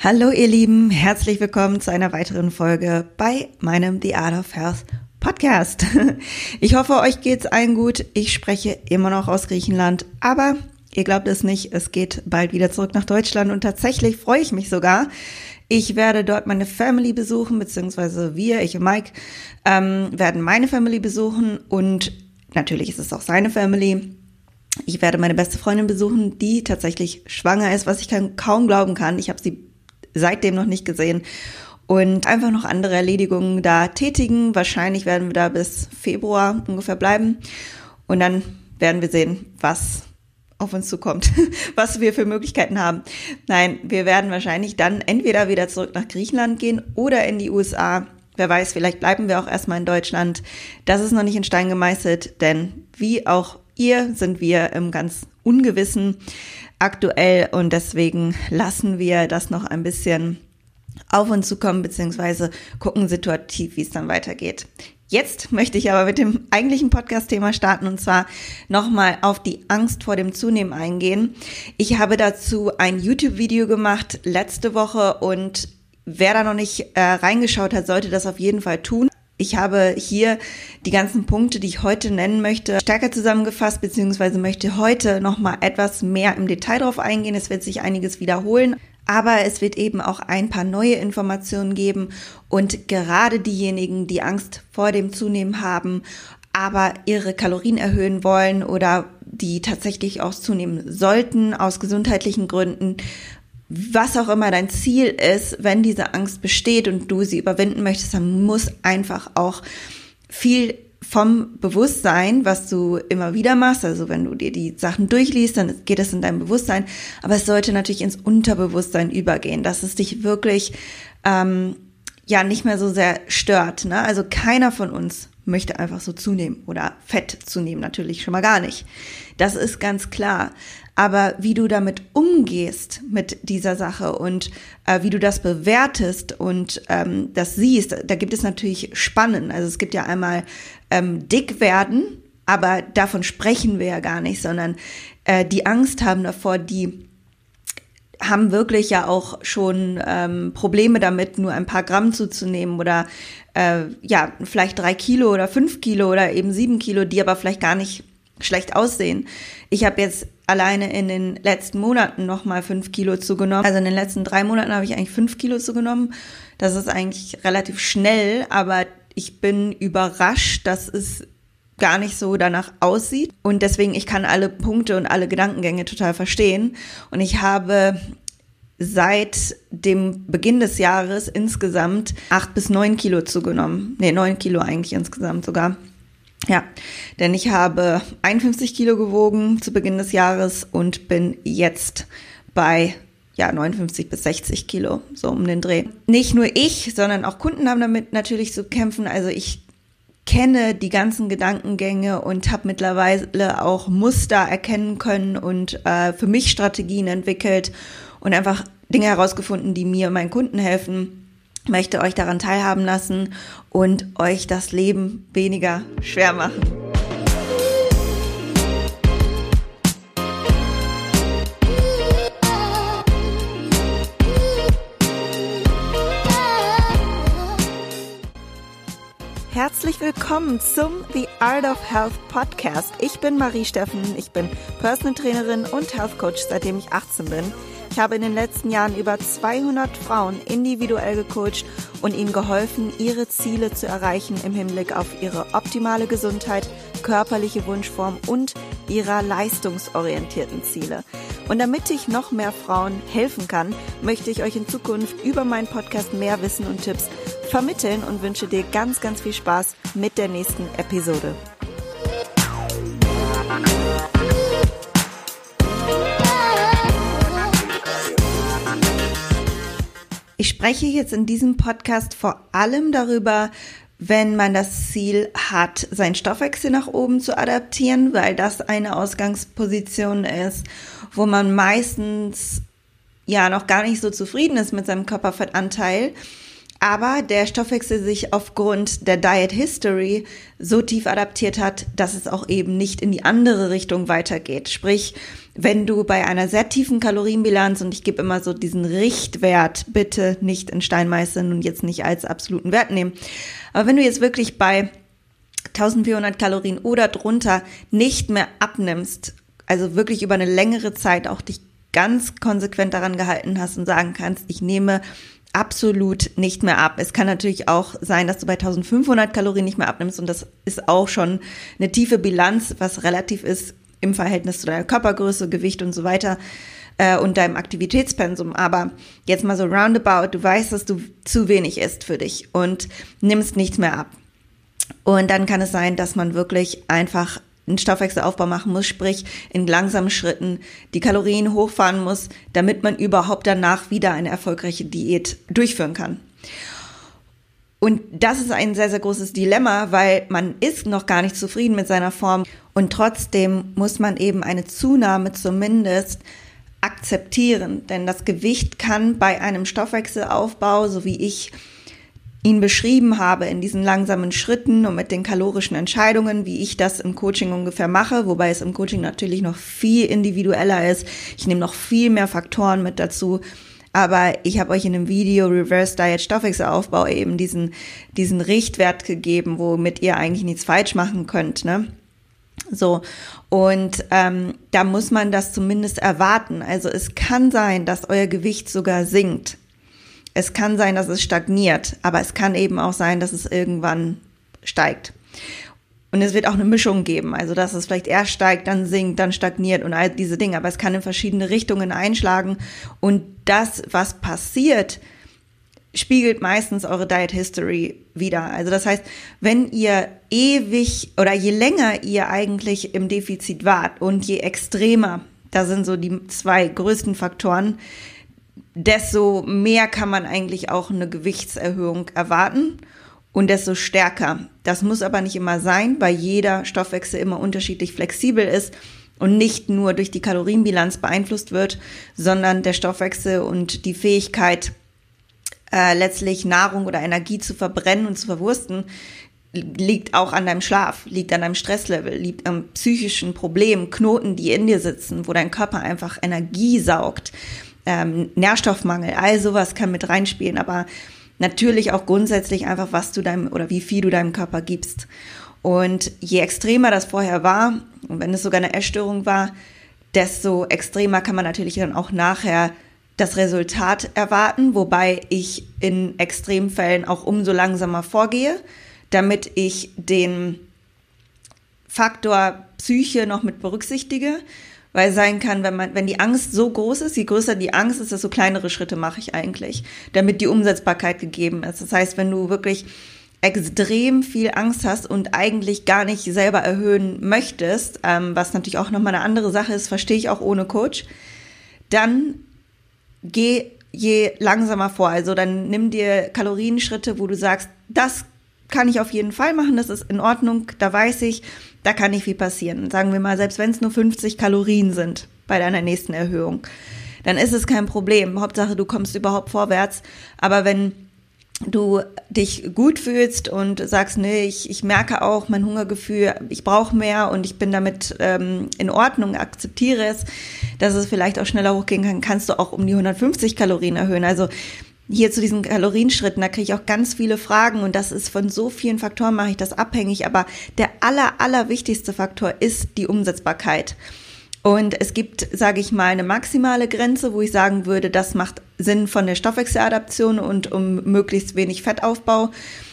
Hallo ihr Lieben, herzlich willkommen zu einer weiteren Folge bei meinem The Art of Health Podcast. Ich hoffe, euch geht's allen gut. Ich spreche immer noch aus Griechenland, aber ihr glaubt es nicht, es geht bald wieder zurück nach Deutschland und tatsächlich freue ich mich sogar. Ich werde dort meine Family besuchen, beziehungsweise ich und Mike, werden meine Family besuchen und natürlich ist es auch seine Family. Ich werde meine beste Freundin besuchen, die tatsächlich schwanger ist, was ich kaum glauben kann. Ich habe sie seitdem noch nicht gesehen und einfach noch andere Erledigungen da tätigen. Wahrscheinlich werden wir da bis Februar ungefähr bleiben und dann werden wir sehen, was auf uns zukommt, was wir für Möglichkeiten haben. Nein, wir werden wahrscheinlich dann entweder wieder zurück nach Griechenland gehen oder in die USA. Wer weiß, vielleicht bleiben wir auch erstmal in Deutschland. Das ist noch nicht in Stein gemeißelt, denn wie auch ihr sind wir im ganz Ungewissen aktuell und deswegen lassen wir das noch ein bisschen auf uns zukommen, beziehungsweise gucken situativ, wie es dann weitergeht. Jetzt möchte ich aber mit dem eigentlichen Podcast-Thema starten und zwar nochmal auf die Angst vor dem Zunehmen eingehen. Ich habe dazu ein YouTube-Video gemacht letzte Woche und wer da noch nicht reingeschaut hat, sollte das auf jeden Fall tun. Ich habe hier die ganzen Punkte, die ich heute nennen möchte, stärker zusammengefasst, beziehungsweise möchte heute nochmal etwas mehr im Detail drauf eingehen. Es wird sich einiges wiederholen, aber es wird eben auch ein paar neue Informationen geben und gerade diejenigen, die Angst vor dem Zunehmen haben, aber ihre Kalorien erhöhen wollen oder die tatsächlich auch zunehmen sollten aus gesundheitlichen Gründen, was auch immer dein Ziel ist, wenn diese Angst besteht und du sie überwinden möchtest, dann muss einfach auch viel vom Bewusstsein, was du immer wieder machst, also wenn du dir die Sachen durchliest, dann geht es in dein Bewusstsein, aber es sollte natürlich ins Unterbewusstsein übergehen, dass es dich wirklich nicht mehr so sehr stört, ne? Also keiner von uns möchte einfach so zunehmen oder Fett zunehmen, natürlich schon mal gar nicht. Das ist ganz klar. Aber wie du damit umgehst mit dieser Sache und wie du das bewertest und das siehst, da gibt es natürlich Spannen. Also es gibt ja einmal dick werden, aber davon sprechen wir ja gar nicht, sondern die Angst haben davor, die haben wirklich ja auch schon Probleme damit, nur ein paar Gramm zuzunehmen oder vielleicht 3 Kilo oder 5 Kilo oder eben 7 Kilo, die aber vielleicht gar nicht schlecht aussehen. Ich habe jetzt alleine in den letzten Monaten nochmal 5 Kilo zugenommen. Also in den letzten 3 Monaten habe ich eigentlich 5 Kilo zugenommen. Das ist eigentlich relativ schnell, aber ich bin überrascht, dass es gar nicht so danach aussieht. Und deswegen, ich kann alle Punkte und alle Gedankengänge total verstehen. Und ich habe seit dem Beginn des Jahres insgesamt 8 bis 9 Kilo zugenommen. 9 Kilo eigentlich insgesamt sogar. Ja, denn ich habe 51 Kilo gewogen zu Beginn des Jahres und bin jetzt bei 59 bis 60 Kilo, so um den Dreh. Nicht nur ich, sondern auch Kunden haben damit natürlich zu kämpfen. Also ich kenne die ganzen Gedankengänge und habe mittlerweile auch Muster erkennen können und für mich Strategien entwickelt und einfach Dinge herausgefunden, die mir und meinen Kunden helfen. Möchte euch daran teilhaben lassen und euch das Leben weniger schwer machen. Herzlich willkommen zum The Art of Health Podcast. Ich bin Marie Steffen, ich bin Personal Trainerin und Health Coach, seitdem ich 18 bin. Ich habe in den letzten Jahren über 200 Frauen individuell gecoacht und ihnen geholfen, ihre Ziele zu erreichen im Hinblick auf ihre optimale Gesundheit, körperliche Wunschform und ihrer leistungsorientierten Ziele. Und damit ich noch mehr Frauen helfen kann, möchte ich euch in Zukunft über meinen Podcast mehr Wissen und Tipps vermitteln und wünsche dir ganz, ganz viel Spaß mit der nächsten Episode. Ich spreche jetzt in diesem Podcast vor allem darüber, wenn man das Ziel hat, seinen Stoffwechsel nach oben zu adaptieren, weil das eine Ausgangsposition ist, wo man meistens noch gar nicht so zufrieden ist mit seinem Körperfettanteil. aber der Stoffwechsel sich aufgrund der Diet History so tief adaptiert hat, dass es auch eben nicht in die andere Richtung weitergeht. Sprich, wenn du bei einer sehr tiefen Kalorienbilanz, und ich gebe immer so diesen Richtwert, bitte nicht in Stein meißeln und jetzt nicht als absoluten Wert nehmen, aber wenn du jetzt wirklich bei 1400 Kalorien oder drunter nicht mehr abnimmst, also wirklich über eine längere Zeit auch dich ganz konsequent daran gehalten hast und sagen kannst, ich nehme absolut nicht mehr ab. Es kann natürlich auch sein, dass du bei 1500 Kalorien nicht mehr abnimmst und das ist auch schon eine tiefe Bilanz, was relativ ist im Verhältnis zu deiner Körpergröße, Gewicht und so weiter und deinem Aktivitätspensum. Aber jetzt mal so roundabout, du weißt, dass du zu wenig isst für dich und nimmst nichts mehr ab. Und dann kann es sein, dass man wirklich einfach einen Stoffwechselaufbau machen muss, sprich in langsamen Schritten die Kalorien hochfahren muss, damit man überhaupt danach wieder eine erfolgreiche Diät durchführen kann. Und das ist ein sehr, sehr großes Dilemma, weil man ist noch gar nicht zufrieden mit seiner Form und trotzdem muss man eben eine Zunahme zumindest akzeptieren, denn das Gewicht kann bei einem Stoffwechselaufbau, so wie ich ihn beschrieben habe in diesen langsamen Schritten und mit den kalorischen Entscheidungen, wie ich das im Coaching ungefähr mache, wobei es im Coaching natürlich noch viel individueller ist. Ich nehme noch viel mehr Faktoren mit dazu, aber ich habe euch in dem Video Reverse Diet Stoffwechselaufbau eben diesen Richtwert gegeben, womit ihr eigentlich nichts falsch machen könnt, ne? So, und da muss man das zumindest erwarten. Also es kann sein, dass euer Gewicht sogar sinkt. Es kann sein, dass es stagniert, aber es kann eben auch sein, dass es irgendwann steigt. Und es wird auch eine Mischung geben, also dass es vielleicht erst steigt, dann sinkt, dann stagniert und all diese Dinge. Aber es kann in verschiedene Richtungen einschlagen und das, was passiert, spiegelt meistens eure Diet History wider. Also das heißt, wenn ihr ewig oder je länger ihr eigentlich im Defizit wart und je extremer, da sind so die zwei größten Faktoren, desto mehr kann man eigentlich auch eine Gewichtserhöhung erwarten und desto stärker. Das muss aber nicht immer sein, weil jeder Stoffwechsel immer unterschiedlich flexibel ist und nicht nur durch die Kalorienbilanz beeinflusst wird, sondern der Stoffwechsel und die Fähigkeit, letztlich Nahrung oder Energie zu verbrennen und zu verwursten, liegt auch an deinem Schlaf, liegt an deinem Stresslevel, liegt am psychischen Problem, Knoten, die in dir sitzen, wo dein Körper einfach Energie saugt. Nährstoffmangel, all sowas kann mit reinspielen, aber natürlich auch grundsätzlich einfach, was du deinem oder wie viel du deinem Körper gibst. Und je extremer das vorher war, und wenn es sogar eine Essstörung war, desto extremer kann man natürlich dann auch nachher das Resultat erwarten, wobei ich in Extremfällen auch umso langsamer vorgehe, damit ich den Faktor Psyche noch mit berücksichtige. Weil sein kann, wenn die Angst so groß ist, je größer die Angst ist, desto kleinere Schritte mache ich eigentlich, damit die Umsetzbarkeit gegeben ist. Das heißt, wenn du wirklich extrem viel Angst hast und eigentlich gar nicht selber erhöhen möchtest, was natürlich auch nochmal eine andere Sache ist, verstehe ich auch ohne Coach, dann geh je langsamer vor. Also dann nimm dir Kalorienschritte, wo du sagst, das kann ich auf jeden Fall machen, das ist in Ordnung, da weiß ich, da kann nicht viel passieren. Sagen wir mal, selbst wenn es nur 50 Kalorien sind bei deiner nächsten Erhöhung, dann ist es kein Problem. Hauptsache, du kommst überhaupt vorwärts. Aber wenn du dich gut fühlst und sagst, nee, ich merke auch mein Hungergefühl, ich brauche mehr und ich bin damit in Ordnung, akzeptiere es, dass es vielleicht auch schneller hochgehen kann, kannst du auch um die 150 Kalorien erhöhen. Also hier zu diesen Kalorienschritten, da kriege ich auch ganz viele Fragen und das ist von so vielen Faktoren, mache ich das abhängig, aber der allerwichtigste Faktor ist die Umsetzbarkeit. Und es gibt, sage ich mal, eine maximale Grenze, wo ich sagen würde, das macht Sinn von der Stoffwechseladaption und um möglichst wenig Fettaufbau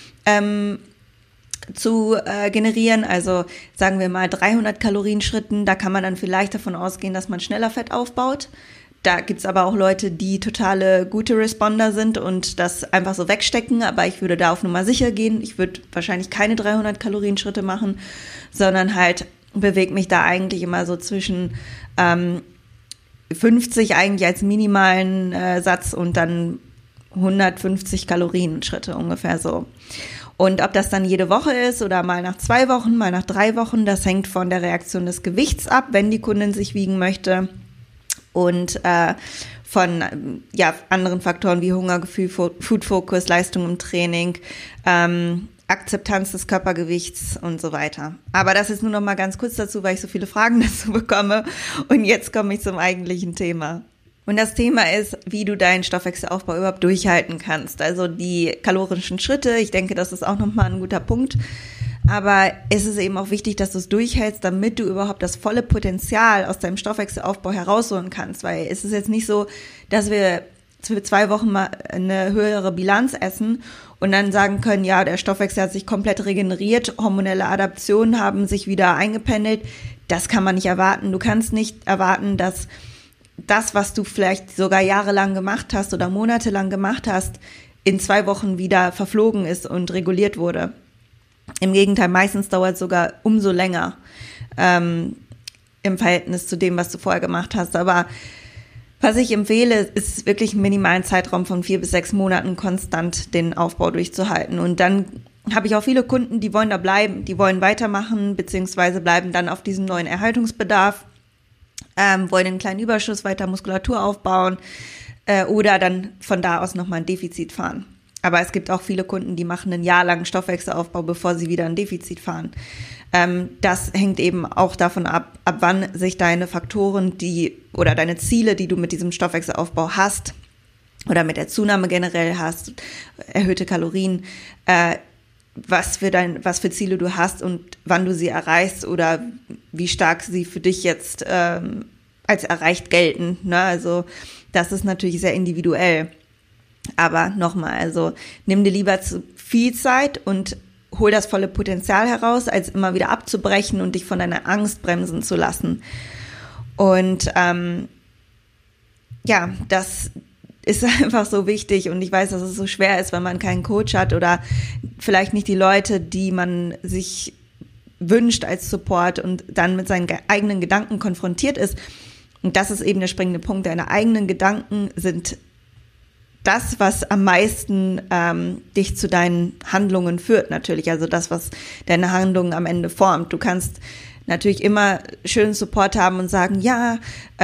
zu generieren. Also sagen wir mal 300 Kalorienschritten, da kann man dann vielleicht davon ausgehen, dass man schneller Fett aufbaut. Da gibt's aber auch Leute, die totale gute Responder sind und das einfach so wegstecken, aber ich würde da auf Nummer sicher gehen. Ich würde wahrscheinlich keine 300 Kalorienschritte machen, sondern halt bewege mich da eigentlich immer so zwischen 50 eigentlich als minimalen Satz und dann 150 Kalorienschritte ungefähr so. Und ob das dann jede Woche ist oder mal nach 2 Wochen, mal nach 3 Wochen, das hängt von der Reaktion des Gewichts ab, wenn die Kundin sich wiegen möchte. und von anderen Faktoren wie Hungergefühl, Food-Focus, Leistung im Training, Akzeptanz des Körpergewichts und so weiter. Aber das ist nur noch mal ganz kurz dazu, weil ich so viele Fragen dazu bekomme. Und jetzt komme ich zum eigentlichen Thema. Und das Thema ist, wie du deinen Stoffwechselaufbau überhaupt durchhalten kannst. Also die kalorischen Schritte, ich denke, das ist auch nochmal ein guter Punkt. Aber es ist eben auch wichtig, dass du es durchhältst, damit du überhaupt das volle Potenzial aus deinem Stoffwechselaufbau herausholen kannst. Weil es ist jetzt nicht so, dass wir für 2 Wochen mal eine höhere Bilanz essen und dann sagen können, ja, der Stoffwechsel hat sich komplett regeneriert, hormonelle Adaptionen haben sich wieder eingependelt. Das kann man nicht erwarten. Du kannst nicht erwarten, dass das, was du vielleicht sogar jahrelang gemacht hast oder monatelang gemacht hast, in 2 Wochen wieder verflogen ist und reguliert wurde. Im Gegenteil, meistens dauert es sogar umso länger im Verhältnis zu dem, was du vorher gemacht hast. Aber was ich empfehle, ist wirklich einen minimalen Zeitraum von 4 bis 6 Monaten konstant den Aufbau durchzuhalten. Und dann habe ich auch viele Kunden, die wollen da bleiben, die wollen weitermachen, beziehungsweise bleiben dann auf diesem neuen Erhaltungsbedarf, wollen einen kleinen Überschuss weiter Muskulatur aufbauen oder dann von da aus nochmal ein Defizit fahren. Aber es gibt auch viele Kunden, die machen ein Jahr lang Stoffwechselaufbau, bevor sie wieder ein Defizit fahren. Das hängt eben auch davon ab wann sich deine Faktoren, oder deine Ziele, die du mit diesem Stoffwechselaufbau hast oder mit der Zunahme generell hast, erhöhte Kalorien, was für Ziele du hast und wann du sie erreichst oder wie stark sie für dich jetzt als erreicht gelten. Ne? Also das ist natürlich sehr individuell. Aber nochmal, also nimm dir lieber zu viel Zeit und hol das volle Potenzial heraus, als immer wieder abzubrechen und dich von deiner Angst bremsen zu lassen. Und das ist einfach so wichtig und ich weiß, dass es so schwer ist, wenn man keinen Coach hat oder vielleicht nicht die Leute, die man sich wünscht als Support und dann mit seinen eigenen Gedanken konfrontiert ist. Und das ist eben der springende Punkt. Deine eigenen Gedanken sind das, was am meisten dich zu deinen Handlungen führt, natürlich. Also das, was deine Handlungen am Ende formt. Du kannst natürlich immer schönen Support haben und sagen, ja,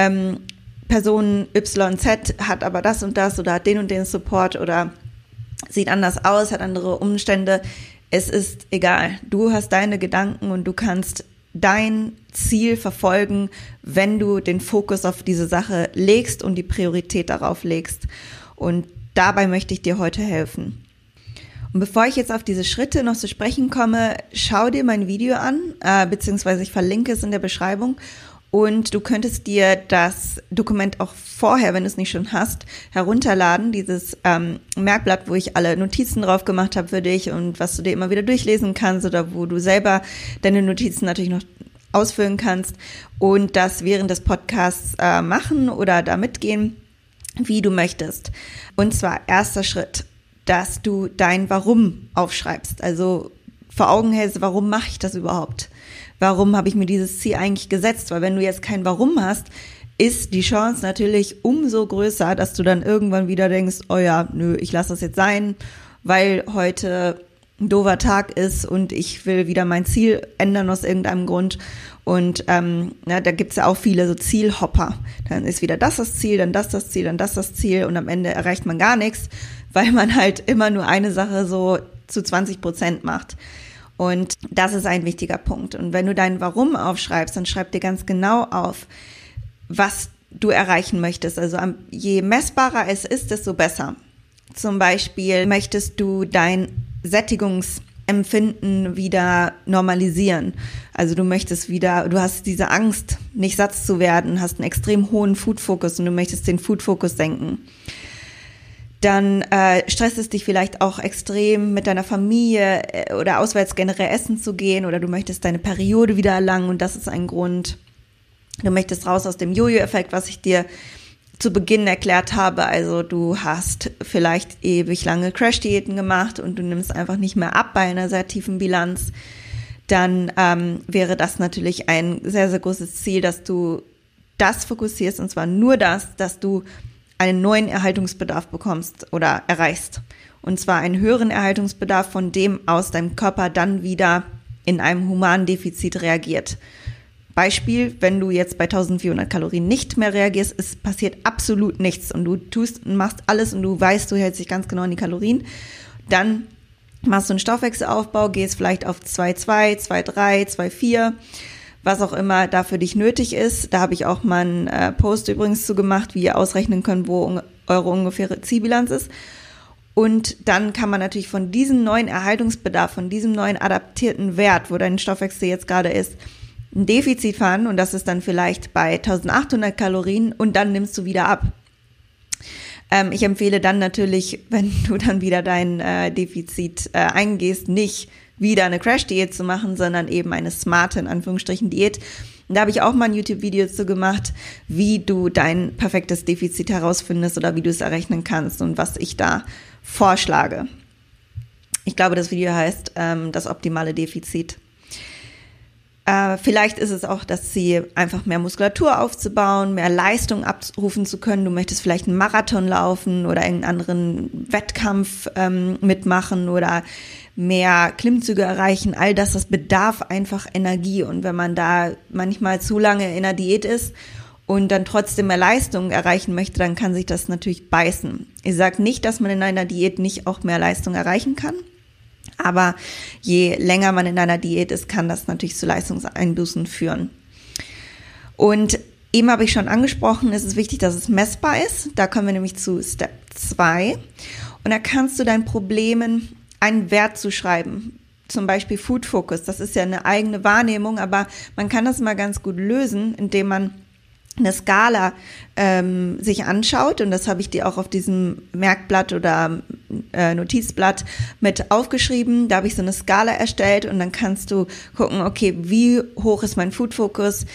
Person YZ hat aber das und das oder hat den und den Support oder sieht anders aus, hat andere Umstände. Es ist egal. Du hast deine Gedanken und du kannst dein Ziel verfolgen, wenn du den Fokus auf diese Sache legst und die Priorität darauf legst. Und dabei möchte ich dir heute helfen. Und bevor ich jetzt auf diese Schritte noch zu sprechen komme, schau dir mein Video an, beziehungsweise ich verlinke es in der Beschreibung. Und du könntest dir das Dokument auch vorher, wenn du es nicht schon hast, herunterladen, dieses Merkblatt, wo ich alle Notizen drauf gemacht habe für dich und was du dir immer wieder durchlesen kannst oder wo du selber deine Notizen natürlich noch ausfüllen kannst und das während des Podcasts machen oder da mitgehen, wie du möchtest. Und zwar erster Schritt, dass du dein Warum aufschreibst, also vor Augen hältst, warum mache ich das überhaupt? Warum habe ich mir dieses Ziel eigentlich gesetzt? Weil wenn du jetzt kein Warum hast, ist die Chance natürlich umso größer, dass du dann irgendwann wieder denkst, oh ja, nö, ich lasse das jetzt sein, weil heute ein doofer Tag ist und ich will wieder mein Ziel ändern aus irgendeinem Grund. Und da gibt's ja auch viele so Zielhopper. Dann ist wieder das Ziel, dann das Ziel, dann das Ziel und am Ende erreicht man gar nichts, weil man halt immer nur eine Sache so zu 20% macht. Und das ist ein wichtiger Punkt. Und wenn du dein Warum aufschreibst, dann schreib dir ganz genau auf, was du erreichen möchtest. Also je messbarer es ist, desto besser. Zum Beispiel möchtest du dein Sättigungsempfinden wieder normalisieren. Also du hast diese Angst, nicht satt zu werden, hast einen extrem hohen Food-Fokus und du möchtest den Food-Fokus senken. Dann stresst es dich vielleicht auch extrem, mit deiner Familie oder auswärts generell essen zu gehen oder du möchtest deine Periode wieder erlangen und das ist ein Grund. Du möchtest raus aus dem Jojo-Effekt, was ich dir zu Beginn erklärt habe. Also du hast vielleicht ewig lange Crash-Diäten gemacht und du nimmst einfach nicht mehr ab bei einer sehr tiefen Bilanz. Dann wäre das natürlich ein sehr, sehr großes Ziel, dass du das fokussierst und zwar nur das, dass du einen neuen Erhaltungsbedarf bekommst oder erreichst. Und zwar einen höheren Erhaltungsbedarf, von dem aus dein Körper dann wieder in einem humanen Defizit reagiert. Beispiel, wenn du jetzt bei 1400 Kalorien nicht mehr reagierst, es passiert absolut nichts und du tust und machst alles und du weißt, du hältst dich ganz genau an die Kalorien, dann machst du einen Stoffwechselaufbau, gehst vielleicht auf 2,2, 2,3, 2,4, was auch immer da für dich nötig ist. Da habe ich auch mal einen Post übrigens zu gemacht, wie ihr ausrechnen könnt, wo eure ungefähre Zielbilanz ist. Und dann kann man natürlich von diesem neuen Erhaltungsbedarf, von diesem neuen adaptierten Wert, wo dein Stoffwechsel jetzt gerade ist, ein Defizit fahren und das ist dann vielleicht bei 1800 Kalorien und dann nimmst du wieder ab. Ich empfehle dann natürlich, wenn du dann wieder dein Defizit eingehst, nicht wieder eine Crash-Diät zu machen, sondern eben eine smarte, in Anführungsstrichen, Diät. Und da habe ich auch mal ein YouTube-Video zu gemacht, wie du dein perfektes Defizit herausfindest oder wie du es errechnen kannst und was ich da vorschlage. Ich glaube, das Video heißt das optimale Defizit. Vielleicht ist es auch das Ziel, einfach mehr Muskulatur aufzubauen, mehr Leistung abrufen zu können. Du möchtest vielleicht einen Marathon laufen oder einen anderen Wettkampf mitmachen oder mehr Klimmzüge erreichen. All das bedarf einfach Energie. Und wenn man da manchmal zu lange in der Diät ist und dann trotzdem mehr Leistung erreichen möchte, dann kann sich das natürlich beißen. Ich sage nicht, dass man in einer Diät nicht auch mehr Leistung erreichen kann. Aber je länger man in einer Diät ist, kann das natürlich zu Leistungseinbußen führen. Und eben habe ich schon angesprochen, es ist wichtig, dass es messbar ist. Da kommen wir nämlich zu Step 2. Und da kannst du deinen Problemen einen Wert zuschreiben. Zum Beispiel Food Focus. Das ist ja eine eigene Wahrnehmung, aber man kann das mal ganz gut lösen, indem man eine Skala sich anschaut, und das habe ich dir auch auf diesem Merkblatt oder Notizblatt mit aufgeschrieben. Da habe ich so eine Skala erstellt und dann kannst du gucken, okay, wie hoch ist mein Food Focus?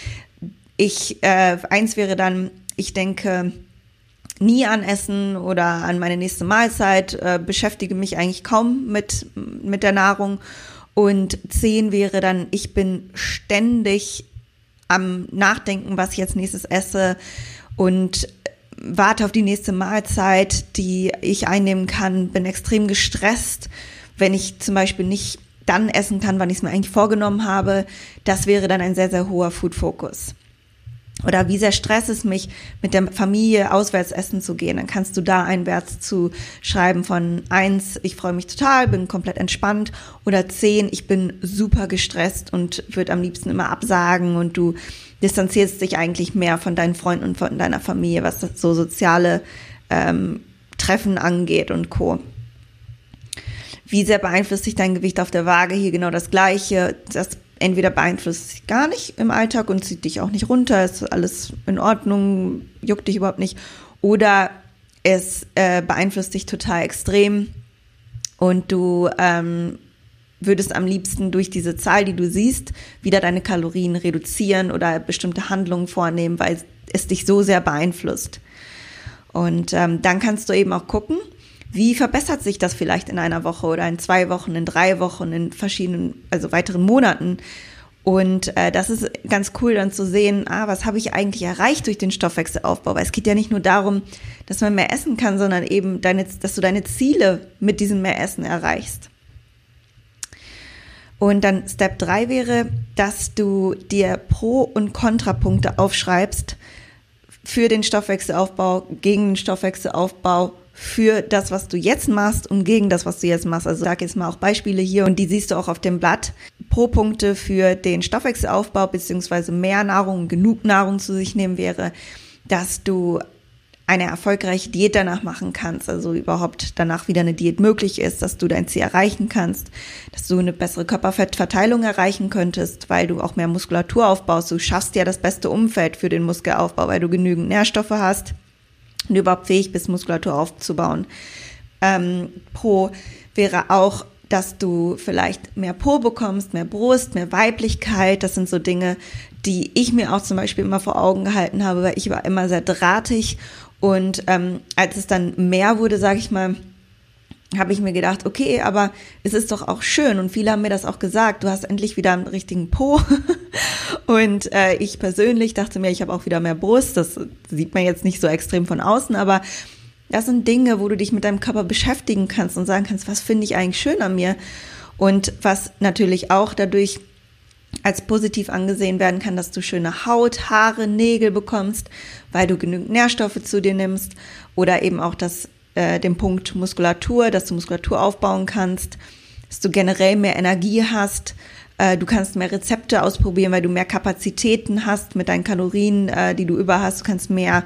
Eins wäre dann, ich denke nie an Essen oder an meine nächste Mahlzeit, beschäftige mich eigentlich kaum mit der Nahrung. Und 10 wäre dann, ich bin ständig am Nachdenken, was ich jetzt nächstes esse und warte auf die nächste Mahlzeit, die ich einnehmen kann, bin extrem gestresst, wenn ich zum Beispiel nicht dann essen kann, wann ich es mir eigentlich vorgenommen habe. Das wäre dann ein sehr, sehr hoher Food-Fokus. Oder wie sehr stresst es mich, mit der Familie auswärts essen zu gehen? Dann kannst du da einen Wert zu schreiben von 1, ich freue mich total, bin komplett entspannt. Oder 10, ich bin super gestresst und würde am liebsten immer absagen. Und du distanzierst dich eigentlich mehr von deinen Freunden und von deiner Familie, was das so soziale Treffen angeht und Co. Wie sehr beeinflusst dich dein Gewicht auf der Waage? Hier genau das Gleiche. Das entweder beeinflusst dich gar nicht im Alltag und zieht dich auch nicht runter, ist alles in Ordnung, juckt dich überhaupt nicht. Oder es beeinflusst dich total extrem und du würdest am liebsten durch diese Zahl, die du siehst, wieder deine Kalorien reduzieren oder bestimmte Handlungen vornehmen, weil es dich so sehr beeinflusst. Und dann kannst du eben auch gucken, wie verbessert sich das vielleicht in einer Woche oder in 2 Wochen, in 3 Wochen, in verschiedenen, also weiteren Monaten. Und das ist ganz cool dann zu sehen, was habe ich eigentlich erreicht durch den Stoffwechselaufbau? Weil es geht ja nicht nur darum, dass man mehr essen kann, sondern eben, dass du deine Ziele mit diesem mehr Essen erreichst. Und dann Step 3 wäre, dass du dir Pro- und Kontrapunkte aufschreibst für den Stoffwechselaufbau, gegen den Stoffwechselaufbau, für das, was du jetzt machst und gegen das, was du jetzt machst. Also sag jetzt mal auch Beispiele hier und die siehst du auch auf dem Blatt. Pro-Punkte für den Stoffwechselaufbau beziehungsweise mehr Nahrung, genug Nahrung zu sich nehmen wäre, dass du eine erfolgreiche Diät danach machen kannst, also überhaupt danach wieder eine Diät möglich ist, dass du dein Ziel erreichen kannst, dass du eine bessere Körperfettverteilung erreichen könntest, weil du auch mehr Muskulatur aufbaust. Du schaffst ja das beste Umfeld für den Muskelaufbau, weil du genügend Nährstoffe hast und überhaupt fähig bist, Muskulatur aufzubauen. Pro wäre auch, dass du vielleicht mehr Po bekommst, mehr Brust, mehr Weiblichkeit. Das sind so Dinge, die ich mir auch zum Beispiel immer vor Augen gehalten habe, weil ich war immer sehr drahtig. Und als es dann mehr wurde, sage ich mal, habe ich mir gedacht, okay, aber es ist doch auch schön. Und viele haben mir das auch gesagt, du hast endlich wieder einen richtigen Po. Und ich persönlich dachte mir, ich habe auch wieder mehr Brust. Das sieht man jetzt nicht so extrem von außen, aber das sind Dinge, wo du dich mit deinem Körper beschäftigen kannst und sagen kannst, was finde ich eigentlich schön an mir? Und was natürlich auch dadurch als positiv angesehen werden kann, dass du schöne Haut, Haare, Nägel bekommst, weil du genügend Nährstoffe zu dir nimmst, oder eben auch den Punkt Muskulatur, dass du Muskulatur aufbauen kannst, dass du generell mehr Energie hast, du kannst mehr Rezepte ausprobieren, weil du mehr Kapazitäten hast mit deinen Kalorien, die du über hast, du kannst mehr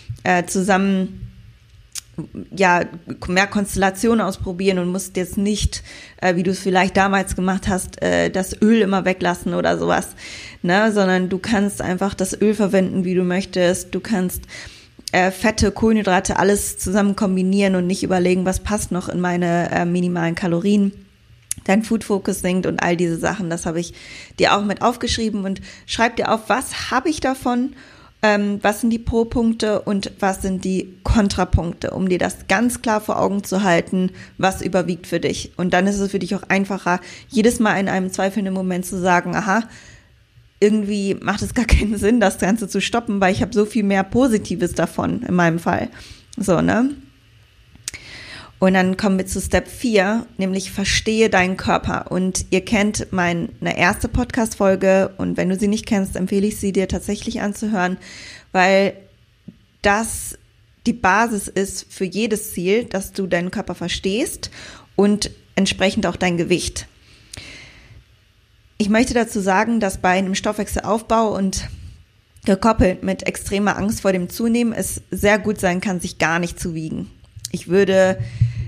mehr Konstellationen ausprobieren und musst jetzt nicht, wie du es vielleicht damals gemacht hast, das Öl immer weglassen oder sowas, ne? Sondern du kannst einfach das Öl verwenden, wie du möchtest. Du kannst Fette, Kohlenhydrate, alles zusammen kombinieren und nicht überlegen, was passt noch in meine minimalen Kalorien. Dein Food Focus sinkt und all diese Sachen, das habe ich dir auch mit aufgeschrieben, und schreib dir auf, was habe ich davon, was sind die Pro-Punkte und was sind die Kontrapunkte, um dir das ganz klar vor Augen zu halten, was überwiegt für dich. Und dann ist es für dich auch einfacher, jedes Mal in einem zweifelnden Moment zu sagen, aha, irgendwie macht es gar keinen Sinn, das Ganze zu stoppen, weil ich habe so viel mehr Positives davon in meinem Fall. So, ne? Und dann kommen wir zu Step 4, nämlich verstehe deinen Körper. Und ihr kennt meine erste Podcast-Folge, und wenn du sie nicht kennst, empfehle ich sie dir tatsächlich anzuhören, weil das die Basis ist für jedes Ziel, dass du deinen Körper verstehst und entsprechend auch dein Gewicht. Ich möchte dazu sagen, dass bei einem Stoffwechselaufbau und gekoppelt mit extremer Angst vor dem Zunehmen es sehr gut sein kann, sich gar nicht zu wiegen. Ich würde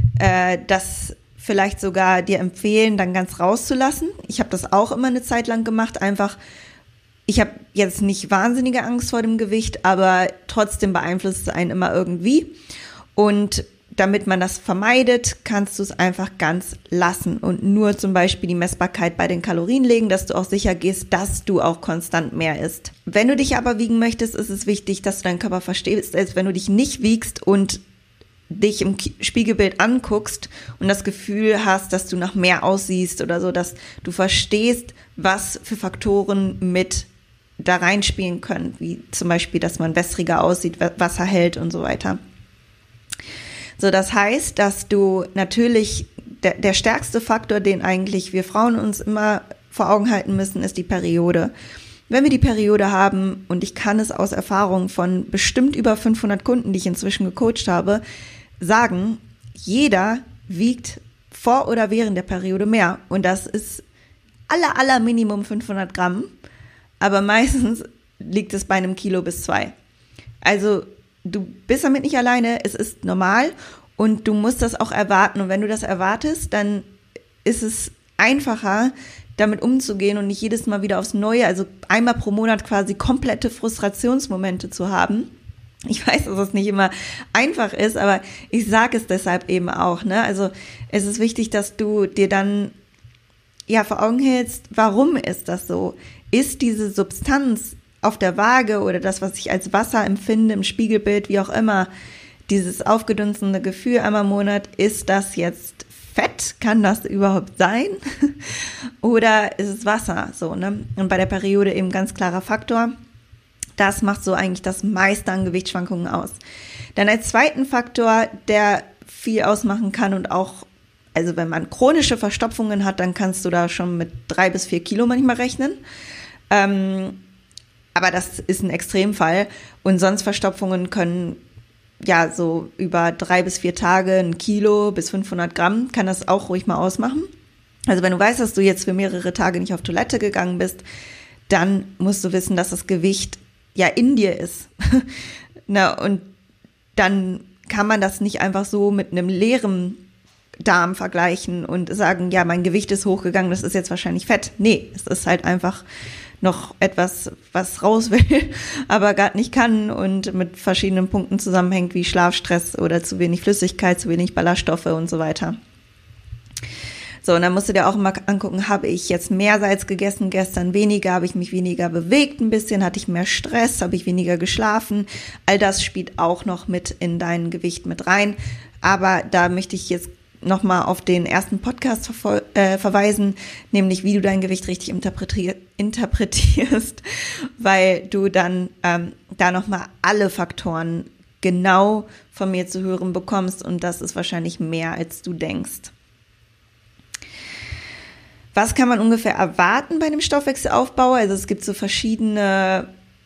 das vielleicht sogar dir empfehlen, dann ganz rauszulassen. Ich habe das auch immer eine Zeit lang gemacht, einfach, ich habe jetzt nicht wahnsinnige Angst vor dem Gewicht, aber trotzdem beeinflusst es einen immer irgendwie. Und damit man das vermeidet, kannst du es einfach ganz lassen und nur zum Beispiel die Messbarkeit bei den Kalorien legen, dass du auch sicher gehst, dass du auch konstant mehr isst. Wenn du dich aber wiegen möchtest, ist es wichtig, dass du deinen Körper verstehst, als wenn du dich nicht wiegst und dich im Spiegelbild anguckst und das Gefühl hast, dass du nach mehr aussiehst oder so, dass du verstehst, was für Faktoren mit da reinspielen können, wie zum Beispiel, dass man wässriger aussieht, Wasser hält und so weiter. So, das heißt, dass du natürlich, der stärkste Faktor, den eigentlich wir Frauen uns immer vor Augen halten müssen, ist die Periode. Wenn wir die Periode haben, und ich kann es aus Erfahrung von bestimmt über 500 Kunden, die ich inzwischen gecoacht habe, sagen, jeder wiegt vor oder während der Periode mehr. Und das ist aller Minimum 500 Gramm. Aber meistens liegt es bei einem Kilo bis 2. Also du bist damit nicht alleine, es ist normal und du musst das auch erwarten. Und wenn du das erwartest, dann ist es einfacher, damit umzugehen und nicht jedes Mal wieder aufs Neue, also einmal pro Monat quasi komplette Frustrationsmomente zu haben. Ich weiß, dass es nicht immer einfach ist, aber ich sage es deshalb eben auch, ne? Also es ist wichtig, dass du dir dann vor Augen hältst, warum ist das so? Ist diese Substanz auf der Waage oder das, was ich als Wasser empfinde im Spiegelbild, wie auch immer, dieses aufgedunsene Gefühl einmal im Monat, ist das jetzt Fett? Kann das überhaupt sein? Oder ist es Wasser? So, ne? Und bei der Periode eben ganz klarer Faktor. Das macht so eigentlich das meiste an Gewichtsschwankungen aus. Dann als zweiten Faktor, der viel ausmachen kann und auch, also wenn man chronische Verstopfungen hat, dann kannst du da schon mit 3 bis 4 Kilo manchmal rechnen. Aber das ist ein Extremfall. Und sonst Verstopfungen können so über 3 bis 4 Tage, 1 Kilo bis 500 Gramm, kann das auch ruhig mal ausmachen. Also wenn du weißt, dass du jetzt für mehrere Tage nicht auf Toilette gegangen bist, dann musst du wissen, dass das Gewicht in dir ist. Und dann kann man das nicht einfach so mit einem leeren Darm vergleichen und sagen, mein Gewicht ist hochgegangen, das ist jetzt wahrscheinlich Fett. Nee, es ist halt einfach noch etwas, was raus will, aber gerade nicht kann und mit verschiedenen Punkten zusammenhängt, wie Schlafstress oder zu wenig Flüssigkeit, zu wenig Ballaststoffe und so weiter. So, und dann musst du dir auch mal angucken, habe ich jetzt mehr Salz gegessen, gestern weniger, habe ich mich weniger bewegt ein bisschen, hatte ich mehr Stress, habe ich weniger geschlafen. All das spielt auch noch mit in dein Gewicht mit rein. Aber da möchte ich jetzt nochmal auf den ersten Podcast verweisen, nämlich wie du dein Gewicht richtig interpretierst, weil du dann da nochmal alle Faktoren genau von mir zu hören bekommst, und das ist wahrscheinlich mehr, als du denkst. Was kann man ungefähr erwarten bei einem Stoffwechselaufbau? Also es gibt so verschiedene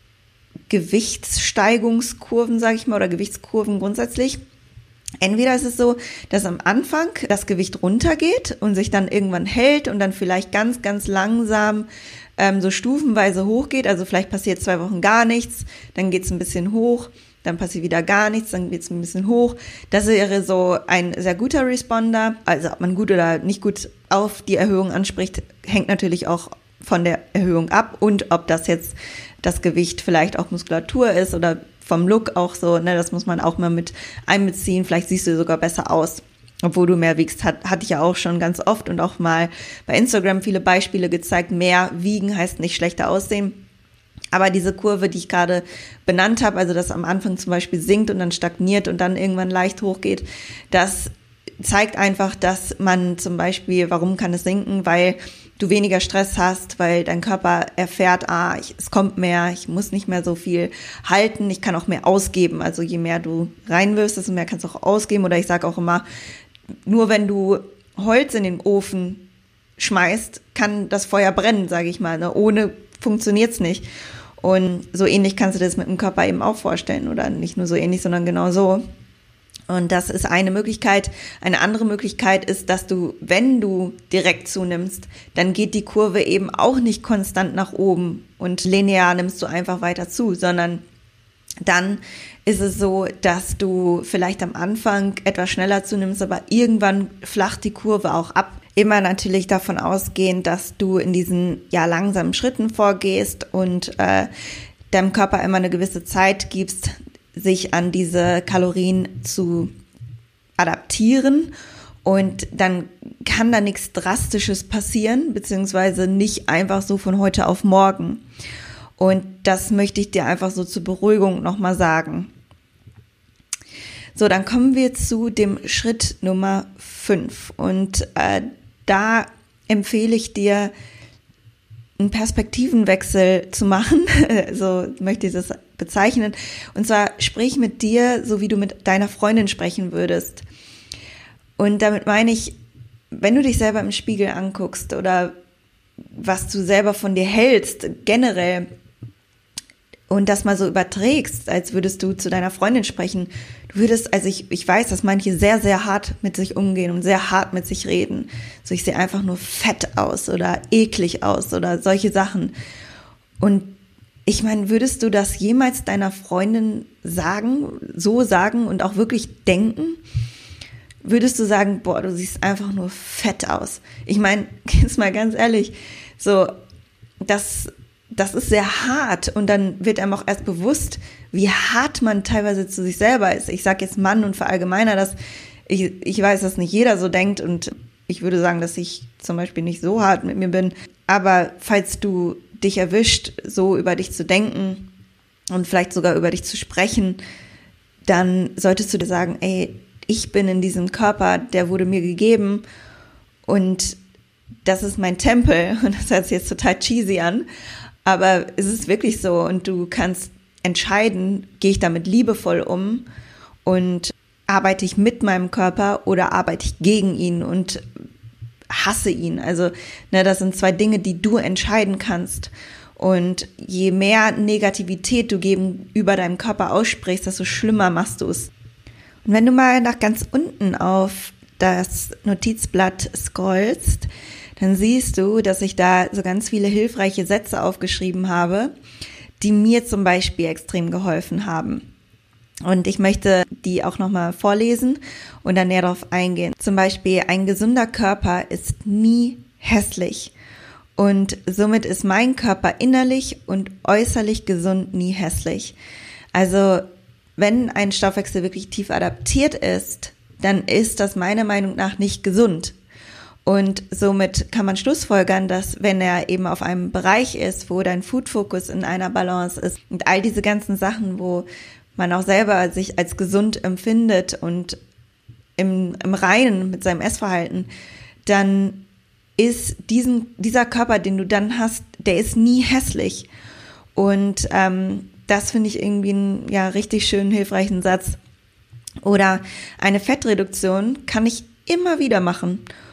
Gewichtssteigungskurven, sage ich mal, oder Gewichtskurven grundsätzlich. Entweder ist es so, dass am Anfang das Gewicht runtergeht und sich dann irgendwann hält und dann vielleicht ganz, ganz langsam so stufenweise hochgeht. Also vielleicht passiert 2 Wochen gar nichts, dann geht es ein bisschen hoch, dann passiert wieder gar nichts, dann geht es ein bisschen hoch. Das wäre so ein sehr guter Responder. Also ob man gut oder nicht gut auf die Erhöhung anspricht, hängt natürlich auch von der Erhöhung ab und ob das jetzt das Gewicht vielleicht auch Muskulatur ist oder vom Look auch so, ne, das muss man auch mal mit einbeziehen. Vielleicht siehst du sogar besser aus, obwohl du mehr wiegst. Hatte ich ja auch schon ganz oft und auch mal bei Instagram viele Beispiele gezeigt. Mehr wiegen heißt nicht schlechter aussehen. Aber diese Kurve, die ich gerade benannt habe, also dass am Anfang zum Beispiel sinkt und dann stagniert und dann irgendwann leicht hochgeht, das zeigt einfach, dass man zum Beispiel, warum kann es sinken? Weil du weniger Stress hast, weil dein Körper erfährt, es kommt mehr, ich muss nicht mehr so viel halten, ich kann auch mehr ausgeben. Also je mehr du reinwirfst, desto mehr kannst du auch ausgeben. Oder ich sage auch immer, nur wenn du Holz in den Ofen schmeißt, kann das Feuer brennen, sage ich mal. Ne? Ohne funktioniert's nicht. Und so ähnlich kannst du das mit dem Körper eben auch vorstellen. Oder nicht nur so ähnlich, sondern genau so. Und das ist eine Möglichkeit. Eine andere Möglichkeit ist, dass du, wenn du direkt zunimmst, dann geht die Kurve eben auch nicht konstant nach oben und linear nimmst du einfach weiter zu, sondern dann ist es so, dass du vielleicht am Anfang etwas schneller zunimmst, aber irgendwann flacht die Kurve auch ab. Immer natürlich davon ausgehend, dass du in diesen langsamen Schritten vorgehst und deinem Körper immer eine gewisse Zeit gibst, sich an diese Kalorien zu adaptieren und dann kann da nichts Drastisches passieren, beziehungsweise nicht einfach so von heute auf morgen. Und das möchte ich dir einfach so zur Beruhigung nochmal sagen. So, dann kommen wir zu dem Schritt Nummer 5 und da empfehle ich dir, einen Perspektivenwechsel zu machen, so möchte ich das bezeichnen. Und zwar sprich mit dir, so wie du mit deiner Freundin sprechen würdest. Und damit meine ich, wenn du dich selber im Spiegel anguckst oder was du selber von dir hältst, generell, und das mal so überträgst, als würdest du zu deiner Freundin sprechen, du würdest, also ich weiß, dass manche sehr, sehr hart mit sich umgehen und sehr hart mit sich reden. So, ich sehe einfach nur fett aus oder eklig aus oder solche Sachen. Und ich meine, würdest du das jemals deiner Freundin so sagen und auch wirklich denken? Würdest du sagen, boah, du siehst einfach nur fett aus? Ich meine, jetzt mal ganz ehrlich, so, das ist sehr hart und dann wird einem auch erst bewusst, wie hart man teilweise zu sich selber ist. Ich sage jetzt Mann und verallgemeiner das. Ich weiß, dass nicht jeder so denkt und ich würde sagen, dass ich zum Beispiel nicht so hart mit mir bin. Aber falls du dich erwischt, so über dich zu denken und vielleicht sogar über dich zu sprechen, dann solltest du dir sagen, ey, ich bin in diesem Körper, der wurde mir gegeben und das ist mein Tempel. Und das hört sich jetzt total cheesy an. Aber es ist wirklich so und du kannst entscheiden, gehe ich damit liebevoll um und arbeite ich mit meinem Körper oder arbeite ich gegen ihn und hasse ihn. Also das sind 2 Dinge, die du entscheiden kannst. Und je mehr Negativität du gegenüber deinem Körper aussprichst, desto schlimmer machst du es. Und wenn du mal nach ganz unten auf das Notizblatt scrollst, dann siehst du, dass ich da so ganz viele hilfreiche Sätze aufgeschrieben habe, die mir zum Beispiel extrem geholfen haben. Und ich möchte die auch nochmal vorlesen und dann näher darauf eingehen. Zum Beispiel, ein gesunder Körper ist nie hässlich. Und somit ist mein Körper innerlich und äußerlich gesund nie hässlich. Also, wenn ein Stoffwechsel wirklich tief adaptiert ist, dann ist das meiner Meinung nach nicht gesund. Und somit kann man schlussfolgern, dass wenn er eben auf einem Bereich ist, wo dein Food-Fokus in einer Balance ist und all diese ganzen Sachen, wo man auch selber sich als gesund empfindet und im Reinen mit seinem Essverhalten, dann ist dieser Körper, den du dann hast, der ist nie hässlich. Und das finde ich irgendwie einen richtig schönen, hilfreichen Satz. Oder eine Fettreduktion kann ich immer wieder machen.